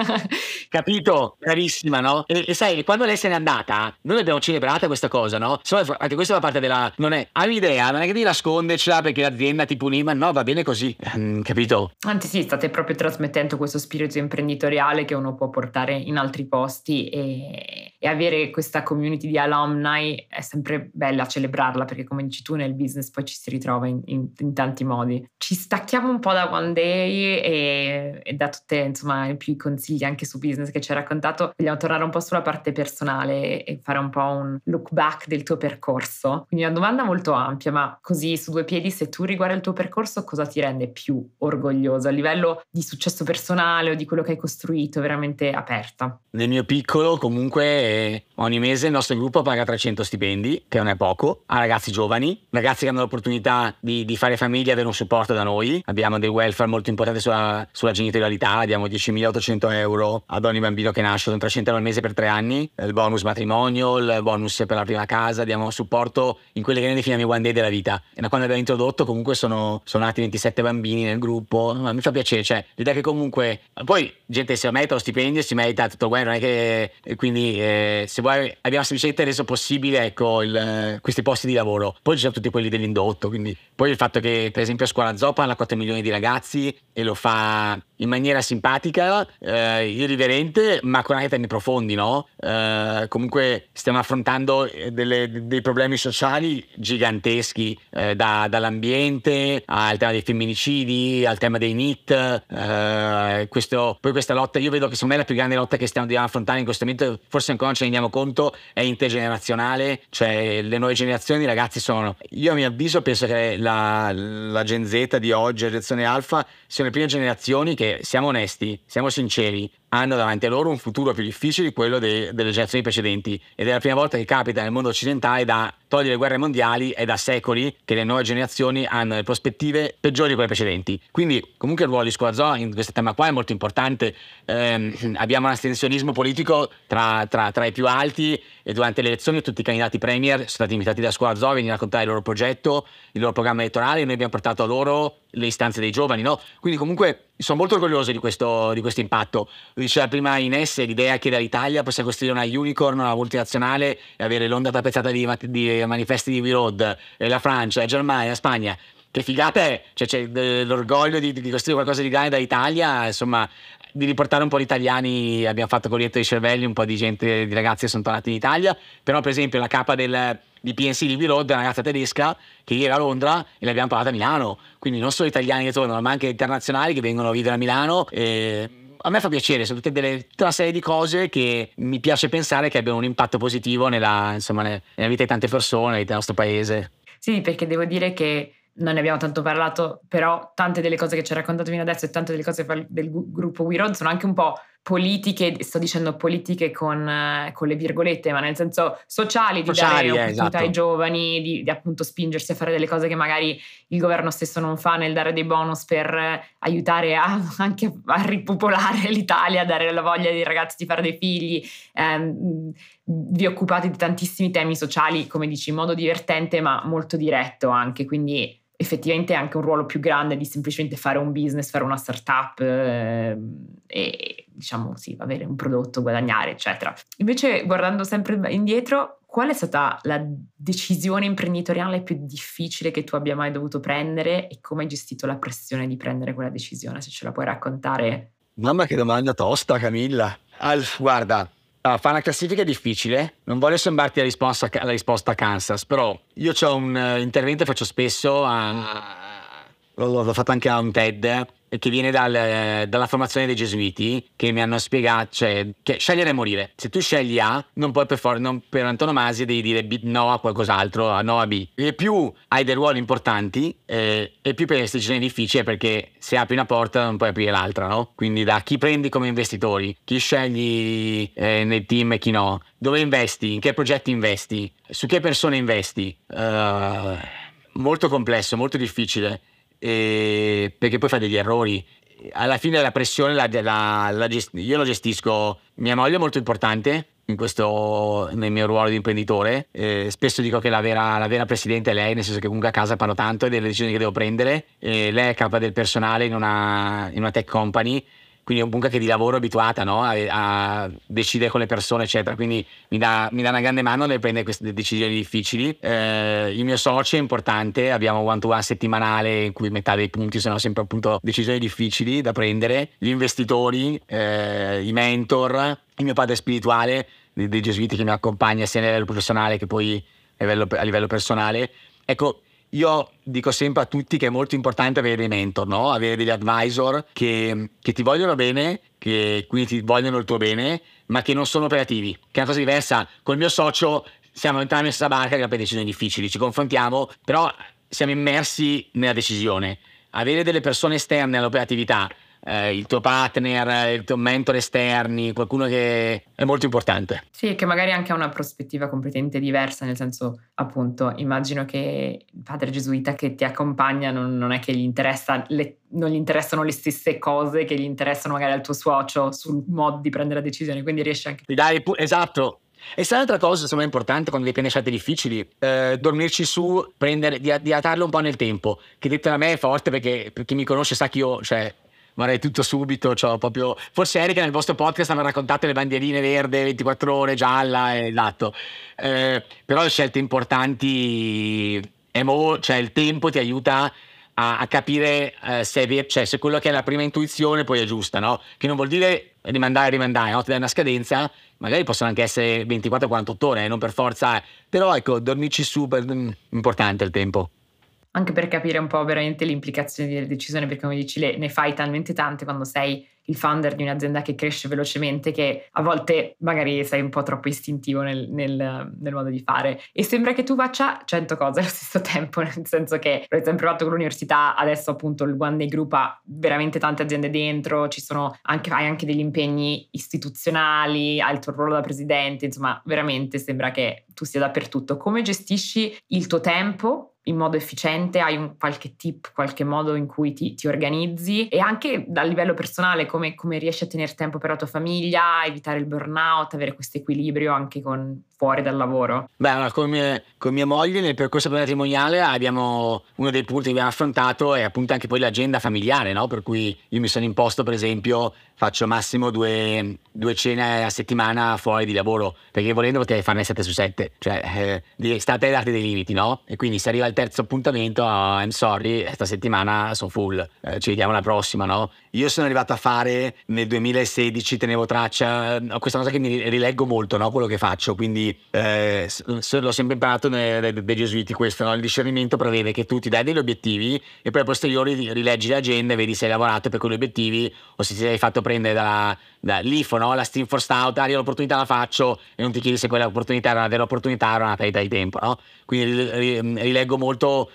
capito? Bravissima, no? E sai, quando lei se n'è andata noi l'abbiamo celebrata questa cosa, no? Anche questa è la parte della, non è, hai un'idea, non è che devi nascondercela perché l'azienda ti puniva, no, va bene così, capito? Anzi sì, state proprio trasmettendo questo spirito imprenditoriale che uno può portare in altri posti, e avere questa community di alumni è sempre bella celebrarla, perché come dici tu nel business poi ci si ritrova in tanti modi. Ci stacchiamo un po' da One Day e da tutte insomma i più consigli anche su business che ci hai raccontato, vogliamo tornare un po' sulla parte personale e fare un po' un look back del tuo percorso. Quindi una domanda molto ampia, ma così su 2 piedi, se tu riguarda il tuo percorso, cosa ti rende più orgoglioso a livello di successo personale o di quello che hai costruito, veramente aperta? Nel mio piccolo comunque ogni mese il nostro gruppo paga 300 stipendi, che non è poco, a ragazzi giovani, ragazzi che hanno l'opportunità di fare famiglia e avere un supporto da noi. Abbiamo del welfare molto importante sulla genitorialità, diamo 10.800 euro ad ogni bambino che nasce, sono 300 euro al mese per 3 anni, il bonus matrimonio, il bonus per la prima casa, diamo supporto in quelle che noi definiamo i One Day della vita. E da quando abbiamo introdotto comunque sono nati 27 bambini nel gruppo, ma mi fa piacere, cioè l'idea che comunque poi gente si merita lo stipendio, si merita tutto quello, non è che quindi se vuoi abbiamo semplicemente reso possibile, ecco, questi posti di lavoro. Poi ci sono tutti quelli dell'indotto, quindi poi il fatto che per esempio a Scuola Zoo parla 4 milioni di ragazzi e lo fa in maniera simpatica, irriverente, ma con anche temi profondi, no? Comunque stiamo affrontando dei problemi sociali giganteschi, dall'ambiente al tema dei femminicidi, al tema dei NEET, poi questa lotta, io vedo che secondo me la più grande lotta che dobbiamo affrontare in questo momento, forse ancora non ce ne rendiamo conto, è intergenerazionale, cioè le nuove generazioni, i ragazzi io a mio avviso penso che la Gen Z di oggi, la generazione Alpha, siano le prime generazioni che, siamo onesti, siamo sinceri, hanno davanti a loro un futuro più difficile di quello delle generazioni precedenti, ed è la prima volta che capita nel mondo occidentale da togliere le guerre mondiali, è da secoli che le nuove generazioni hanno le prospettive peggiori di quelle precedenti. Quindi comunque il ruolo di Scuola Zoo in questo tema qua è molto importante. Abbiamo un astensionismo politico tra i più alti, e durante le elezioni tutti i candidati premier sono stati invitati da Scuola Zoo a venire a raccontare il loro progetto, il loro programma elettorale, e noi abbiamo portato a loro le istanze dei giovani, no? Quindi comunque sono molto orgoglioso di questo impatto. Lo diceva prima Ines, l'idea che dall'Italia possa costruire una unicorn, una multinazionale, e avere l'onda tappezzata di manifesti di WeRoad, la Francia, la Germania, la Spagna. Che figata è, cioè c'è l'orgoglio di costruire qualcosa di grande dall'Italia, insomma, di riportare un po' di italiani. Abbiamo fatto con Lietto dei Cervelli, un po' di gente, di ragazzi che sono tornati in Italia, però per esempio la capa di PNC di WeRoad è una ragazza tedesca che ieri era a Londra e l'abbiamo parlata a Milano, quindi non solo italiani che tornano ma anche internazionali che vengono a vivere a Milano. E a me fa piacere, sono tutta una serie di cose che mi piace pensare che abbiano un impatto positivo nella vita di tante persone, del nostro paese. Sì, perché devo dire che non ne abbiamo tanto parlato, però tante delle cose che ci hai raccontato fino adesso e tante delle cose del gruppo WeRoad sono anche un po' politiche, sto dicendo politiche con le virgolette, ma nel senso sociali, di Sociali, dare opportunità esatto. ai giovani, di appunto spingersi a fare delle cose che magari il governo stesso non fa, nel dare dei bonus per aiutare anche a ripopolare l'Italia, dare la voglia ai ragazzi di fare dei figli. Vi occupate di tantissimi temi sociali, come dici, in modo divertente ma molto diretto anche, quindi effettivamente è anche un ruolo più grande di semplicemente fare un business, fare una startup e diciamo sì, avere un prodotto, guadagnare, eccetera. Invece, guardando sempre indietro, qual è stata la decisione imprenditoriale più difficile che tu abbia mai dovuto prendere e come hai gestito la pressione di prendere quella decisione, se ce la puoi raccontare? Mamma, che domanda tosta, Camilla. Guarda, fare una classifica è difficile. Non voglio sembrarti la risposta a Kansas, però io ho un intervento che faccio spesso, l'ho fatto anche a un TED, che viene dalla formazione dei gesuiti, che mi hanno spiegato, cioè, che scegliere e morire. Se tu scegli A, non puoi non per antonomasia devi dire no a qualcos'altro, no a B. E più hai dei ruoli importanti, e più per queste decisioni difficili, perché se apri una porta non puoi aprire l'altra, no? Quindi da chi prendi come investitori, chi scegli nel team e chi no, dove investi, in che progetti investi, su che persone investi. Molto complesso, molto difficile. Perché poi fai degli errori. Alla fine la pressione io lo gestisco. Mia moglie è molto importante nel mio ruolo di imprenditore. Spesso dico che la vera presidente è lei, nel senso che comunque a casa parlo tanto delle decisioni che devo prendere. Lei è capa del personale in una tech company, quindi è comunque che di lavoro abituata, no? a decidere con le persone, eccetera. Quindi mi dà una grande mano nel prendere queste decisioni difficili. Il mio socio è importante, abbiamo one-to-one settimanale in cui metà dei punti sono sempre appunto decisioni difficili da prendere. Gli investitori, i mentor, il mio padre spirituale dei gesuiti che mi accompagna sia a livello professionale che poi a livello personale. Ecco, io dico sempre a tutti che è molto importante avere dei mentor, no? Avere degli advisor che ti vogliono bene, che quindi ti vogliono il tuo bene, ma che non sono operativi, che è una cosa diversa. Col mio socio siamo entrambi nella stessa barca per decisioni difficili, ci confrontiamo, però siamo immersi nella decisione. Avere delle persone esterne all'operatività, il tuo partner, il tuo mentore esterni, qualcuno che è molto importante. Sì, che magari anche ha una prospettiva completamente diversa, nel senso, appunto, immagino che il padre gesuita che ti accompagna non è che non gli interessano le stesse cose che gli interessano magari al tuo socio sul modo di prendere la decisione, quindi riesci anche... Esatto. E sai un'altra cosa insomma importante quando devi prendere scelte difficili, dormirci su, dilatarlo un po' nel tempo, che detto da me è forte perché per chi mi conosce sa che io, cioè, vorrei tutto subito, cioè proprio... Forse Erika nel vostro podcast aveva raccontato le bandierine verde, 24 ore, gialla, esatto. Però le scelte importanti, cioè il tempo ti aiuta a capire se quello che è la prima intuizione poi è giusta, no? Che non vuol dire rimandare, no? Ti dai una scadenza, magari possono anche essere 24-48 ore, non per forza, però ecco, dormirci su, importante il tempo. Anche per capire un po' veramente le implicazioni delle decisioni, perché come dici ne fai talmente tante quando sei il founder di un'azienda che cresce velocemente che a volte magari sei un po' troppo istintivo nel modo di fare e sembra che tu faccia 100 cose allo stesso tempo, nel senso che l'hai sempre fatto con l'università, adesso appunto il One Day Group ha veramente tante aziende dentro, hai anche degli impegni istituzionali, hai il tuo ruolo da presidente, insomma veramente sembra che tu sia dappertutto. Come gestisci il tuo tempo in modo efficiente? Hai qualche tip, qualche modo in cui ti organizzi? E anche dal livello personale, come riesci a tenere tempo per la tua famiglia, evitare il burnout, avere questo equilibrio anche fuori dal lavoro? Beh, allora, con mia moglie nel percorso matrimoniale abbiamo uno dei punti che abbiamo affrontato è appunto anche poi l'agenda familiare, no? Per cui io mi sono imposto, per esempio, faccio massimo due cene a settimana fuori di lavoro, perché volendo potrei farne 7 su 7, cioè state a darti dei limiti, no? E quindi se arriva il terzo appuntamento, I'm sorry, questa settimana sono full, ci vediamo la prossima, no? Io sono arrivato a fare nel 2016, tenevo traccia, questa cosa che mi rileggo molto, no? Quello che faccio, quindi quindi l'ho sempre imparato dai gesuiti questo, no? Il discernimento prevede che tu ti dai degli obiettivi e poi a posteriori rileggi l'agenda e vedi se hai lavorato per quegli obiettivi o se ti sei fatto prendere dall'IFO, no? La Steam for Stout, io l'opportunità la faccio e non ti chiedi se quell'opportunità era una vera opportunità o era una perdita di tempo, no? Quindi rileggo molto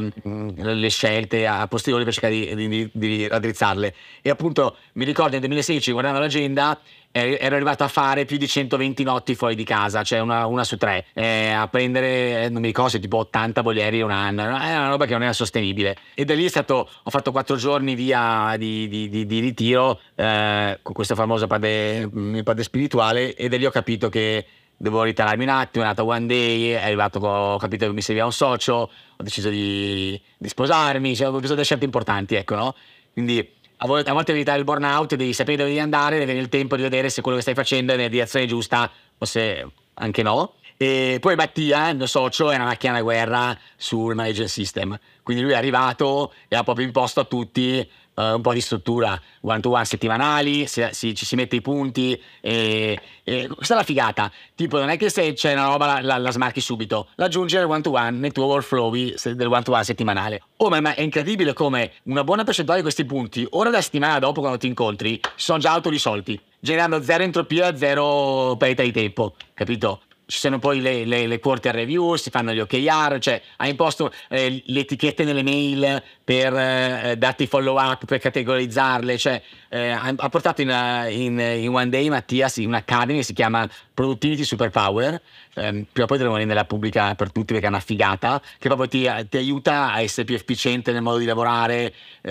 le scelte a posteriori per cercare di raddrizzarle. E appunto mi ricordo nel 2016, guardando l'agenda, ero arrivato a fare più di 120 notti fuori di casa, cioè una su 3, a prendere, non mi ricordo se tipo 80 boglieri in un anno, era una roba che non era sostenibile. E da lì ho fatto 4 giorni via di ritiro con questo famoso padre spirituale, e da lì ho capito che dovevo ritirarmi un attimo. È nato One Day, ho capito che mi serviva un socio, ho deciso di sposarmi, cioè, ho preso delle scelte importanti, ecco, no? Quindi a volte devi evitare il burnout, devi sapere dove devi andare, devi avere il tempo di vedere se quello che stai facendo è nella direzione giusta o se anche no. E poi Mattia, il mio socio, è una macchina da guerra sul management system, quindi lui è arrivato e ha proprio imposto a tutti un po' di struttura, one to one settimanali, ci si mette i punti e questa è la figata, tipo non è che se c'è una roba la smarchi subito, l'aggiungi al one to one nel tuo workflow del one to one settimanale. Ma è incredibile come una buona percentuale di questi punti ora della settimana dopo, quando ti incontri, sono già autorisolti, generando zero entropia, zero perdita di tempo, capito? Ci sono poi le quarter review, si fanno gli OKR, cioè ha imposto le etichette nelle mail per darti follow up, per categorizzarle, cioè ha portato in One Day Mattias un'academy che si chiama Productivity Superpower, prima o poi dovremo renderla pubblica per tutti perché è una figata, che proprio ti aiuta a essere più efficiente nel modo di lavorare,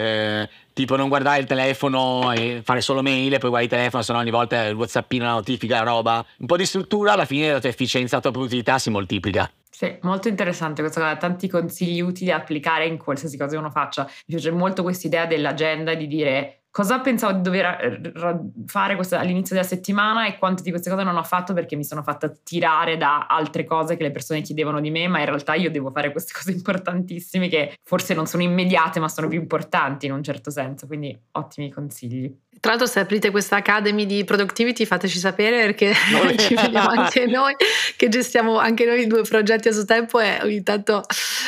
tipo non guardare il telefono e fare solo mail e poi guardi il telefono, se no ogni volta il whatsappino, la notifica, la roba, un po' di struttura, alla fine la tua efficienza, la tua produttività si moltiplica. Sì, molto interessante questa cosa, tanti consigli utili da applicare in qualsiasi cosa uno faccia. Mi piace molto questa idea dell'agenda, di dire cosa pensavo di dover fare all'inizio della settimana e quante di queste cose non ho fatto perché mi sono fatta tirare da altre cose che le persone chiedevano di me, ma in realtà io devo fare queste cose importantissime che forse non sono immediate ma sono più importanti in un certo senso, quindi ottimi consigli. Tra l'altro, se aprite questa Academy di Productivity fateci sapere, perché noi ci vediamo anche noi che gestiamo anche noi 2 progetti a suo tempo e ogni tanto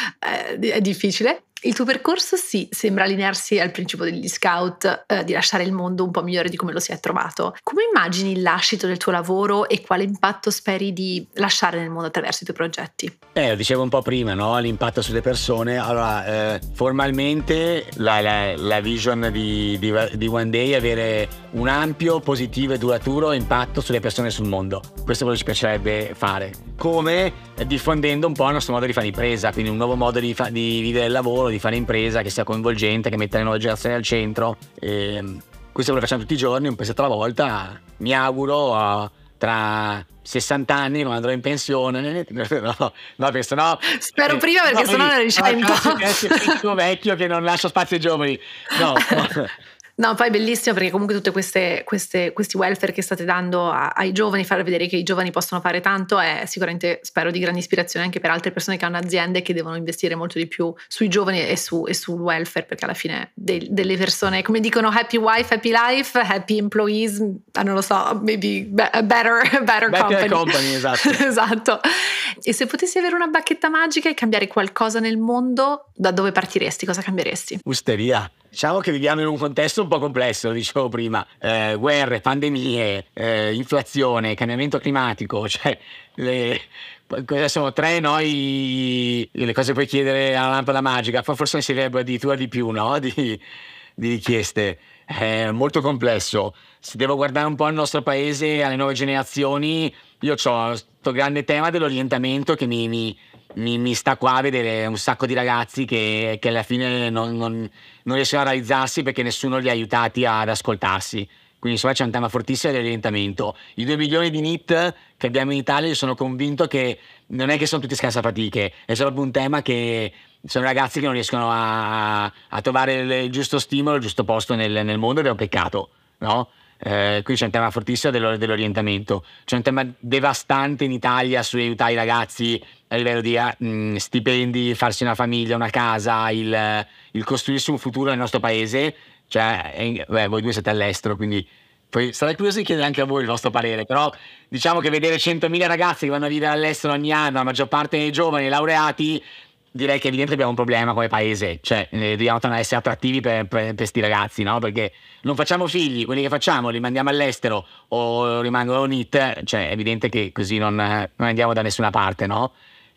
è difficile. Il tuo percorso sembra allinearsi al principio degli scout, di lasciare il mondo un po' migliore di come lo si è trovato. Come immagini il lascito del tuo lavoro e quale impatto speri di lasciare nel mondo attraverso i tuoi progetti? Lo dicevo un po' prima, no? L'impatto sulle persone. Allora, formalmente la vision di One Day è avere un ampio, positivo e duraturo impatto sulle persone e sul mondo. Questo è quello che ci piacerebbe fare. Come? Diffondendo un po' il nostro modo di fare impresa, quindi un nuovo modo di vivere il lavoro, di fare impresa che sia coinvolgente, che metta le nuove generazioni al centro. E questo lo facciamo tutti i giorni, un pezzetto alla volta. Mi auguro tra 60 anni, quando andrò in pensione, penso no. Spero prima, perché sennò ne riscendo. Sono vecchio che non lascio spazio ai giovani. No. No, poi è bellissimo perché comunque tutte questi welfare che state dando ai giovani, far vedere che i giovani possono fare tanto, è sicuramente, spero, di grande ispirazione anche per altre persone che hanno aziende che devono investire molto di più sui giovani e sul welfare, perché alla fine delle persone, come dicono, happy wife, happy life, happy employees, non lo so, maybe better company. Esatto. Esatto. E se potessi avere una bacchetta magica e cambiare qualcosa nel mondo, da dove partiresti? Cosa cambieresti? Osteria. Diciamo che viviamo in un contesto un po' complesso, lo dicevo prima, guerre, pandemie, inflazione, cambiamento climatico, cioè sono 3 le cose che puoi chiedere alla lampada magica, forse ne servirebbe addirittura di più, no? Di richieste. È molto complesso. Se devo guardare un po' al nostro paese, alle nuove generazioni, io ho questo grande tema dell'orientamento che mi sta qua a vedere un sacco di ragazzi che alla fine non riescono a realizzarsi perché nessuno li ha aiutati ad ascoltarsi. Quindi insomma c'è un tema fortissimo dell'orientamento. I 2 milioni di NEET che abbiamo in Italia, io sono convinto che non è che sono tutti scalzafatiche, è solo un tema che sono ragazzi che non riescono a trovare il giusto stimolo, il giusto posto nel mondo, ed è un peccato, no? Qui c'è un tema fortissimo dell'orientamento, c'è un tema devastante in Italia su aiutare i ragazzi a livello di stipendi, farsi una famiglia, una casa, il costruirsi un futuro nel nostro paese. Cioè, voi 2 siete all'estero, quindi Poi sarei curioso di chiedere anche a voi il vostro parere, però diciamo che vedere 100.000 ragazzi che vanno a vivere all'estero ogni anno, la maggior parte dei giovani laureati, direi che evidentemente abbiamo un problema come paese, cioè dobbiamo tornare a essere attrattivi per questi ragazzi, no? Perché non facciamo figli, quelli che facciamo li mandiamo all'estero o rimangono NEET, cioè è evidente che così non andiamo da nessuna parte, no?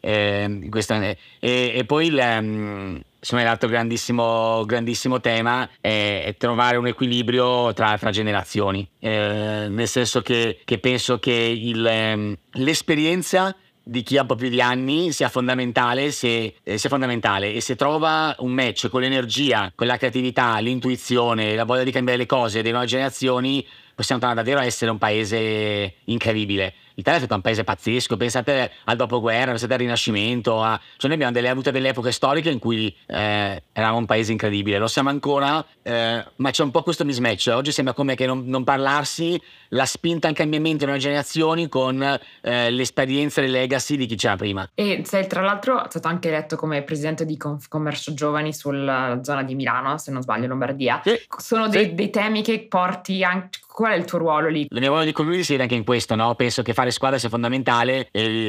E poi insomma, l'altro grandissimo tema è trovare un equilibrio tra tra nel senso che penso che l'esperienza di chi ha un po' più di anni sia fondamentale e se trova un match con l'energia, con la creatività, l'intuizione, la voglia di cambiare le cose delle nuove generazioni, possiamo tornare davvero a essere un paese incredibile. L'Italia è stato un paese pazzesco, pensate al dopoguerra, pensate al Rinascimento, cioè noi abbiamo avute delle epoche storiche in cui eravamo un paese incredibile, lo siamo ancora, ma c'è un po' questo mismatch. Oggi sembra come che non parlarsi, la spinta al cambiamento delle nuove generazioni con l'esperienza e le legacy di chi c'era prima. E sei tra l'altro stato anche eletto come presidente di Confcommercio Giovani sulla zona di Milano, se non sbaglio, Lombardia. Sì. Sono dei temi che porti anche. Qual è il tuo ruolo lì? Il mio ruolo di community si vede anche in questo, no? Penso che fare squadra sia fondamentale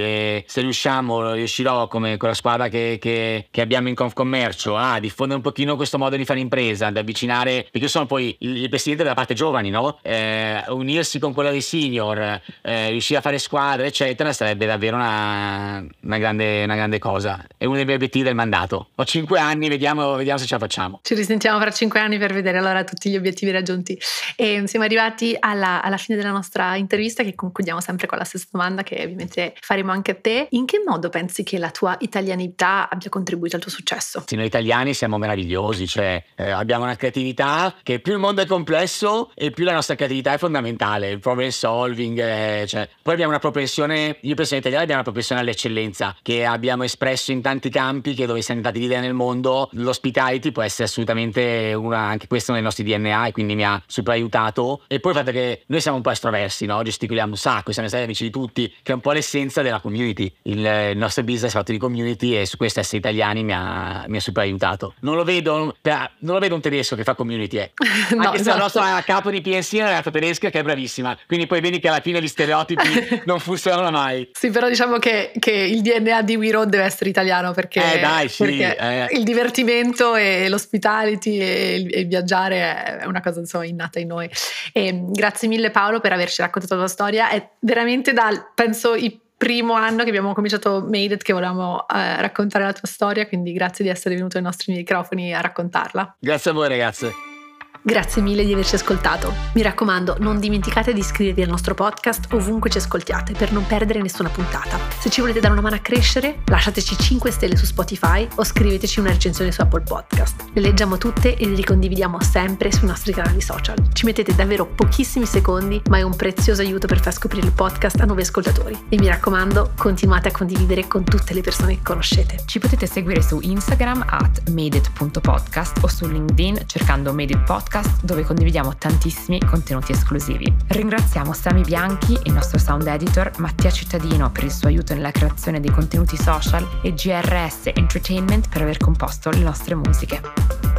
e se riuscirò come con la squadra che abbiamo in Confcommercio a diffondere un pochino questo modo di fare impresa, ad avvicinare, perché io sono poi il presidente della parte giovani, no? Unirsi con quella dei senior, riuscire a fare squadra eccetera sarebbe davvero una grande cosa. È uno dei miei obiettivi del mandato. Ho 5 anni, vediamo se ce la facciamo. Ci risentiamo fra 5 anni per vedere allora tutti gli obiettivi raggiunti. E siamo arrivati alla fine della nostra intervista, che concludiamo sempre con la stessa domanda che ovviamente faremo anche a te. In che modo pensi che la tua italianità abbia contribuito al tuo successo? Sì, noi italiani siamo meravigliosi, cioè abbiamo una creatività che più il mondo è complesso e più la nostra creatività è fondamentale, il problem solving, poi abbiamo una propensione, io penso che gli italiani abbiamo una propensione all'eccellenza che abbiamo espresso in tanti campi, che dove siamo andati di idea nel mondo. L'hospitality può essere assolutamente anche questo nei nostri DNA e quindi mi ha super aiutato. E poi il fatto che noi siamo un po' estroversi, no? Gesticoliamo un sacco, siamo stati amici di tutti, che è un po' l'essenza della community. Il nostro business è fatto di community e su questo essere italiani mi ha super aiutato. Non lo vedo un tedesco che fa community, No, anche se la esatto. nostra capo di PNC è una ragazza tedesca che è bravissima, quindi poi vedi che alla fine gli stereotipi non funzionano mai. Sì, però diciamo che il DNA di We Road deve essere italiano perché il divertimento e l'hospitality e il viaggiare è una cosa insomma innata in noi. E grazie mille Paolo per averci raccontato la tua storia. È veramente penso il primo anno che abbiamo cominciato Made It che volevamo raccontare la tua storia, quindi grazie di essere venuto ai nostri microfoni a raccontarla. Grazie a voi ragazze. Grazie mille di averci ascoltato. Mi raccomando, non dimenticate di iscrivervi al nostro podcast ovunque ci ascoltiate per non perdere nessuna puntata. Se ci volete dare una mano a crescere, lasciateci 5 stelle su Spotify o scriveteci una recensione su Apple Podcast. Le leggiamo tutte e le ricondividiamo sempre sui nostri canali social. Ci mettete davvero pochissimi secondi, ma è un prezioso aiuto per far scoprire il podcast a nuovi ascoltatori. E mi raccomando, continuate a condividere con tutte le persone che conoscete. Ci potete seguire su Instagram @madeit.podcast o su LinkedIn cercando Made It Podcast, dove condividiamo tantissimi contenuti esclusivi. Ringraziamo Sami Bianchi, il nostro sound editor, Mattia Cittadino per il suo aiuto nella creazione dei contenuti social e GRS Entertainment per aver composto le nostre musiche.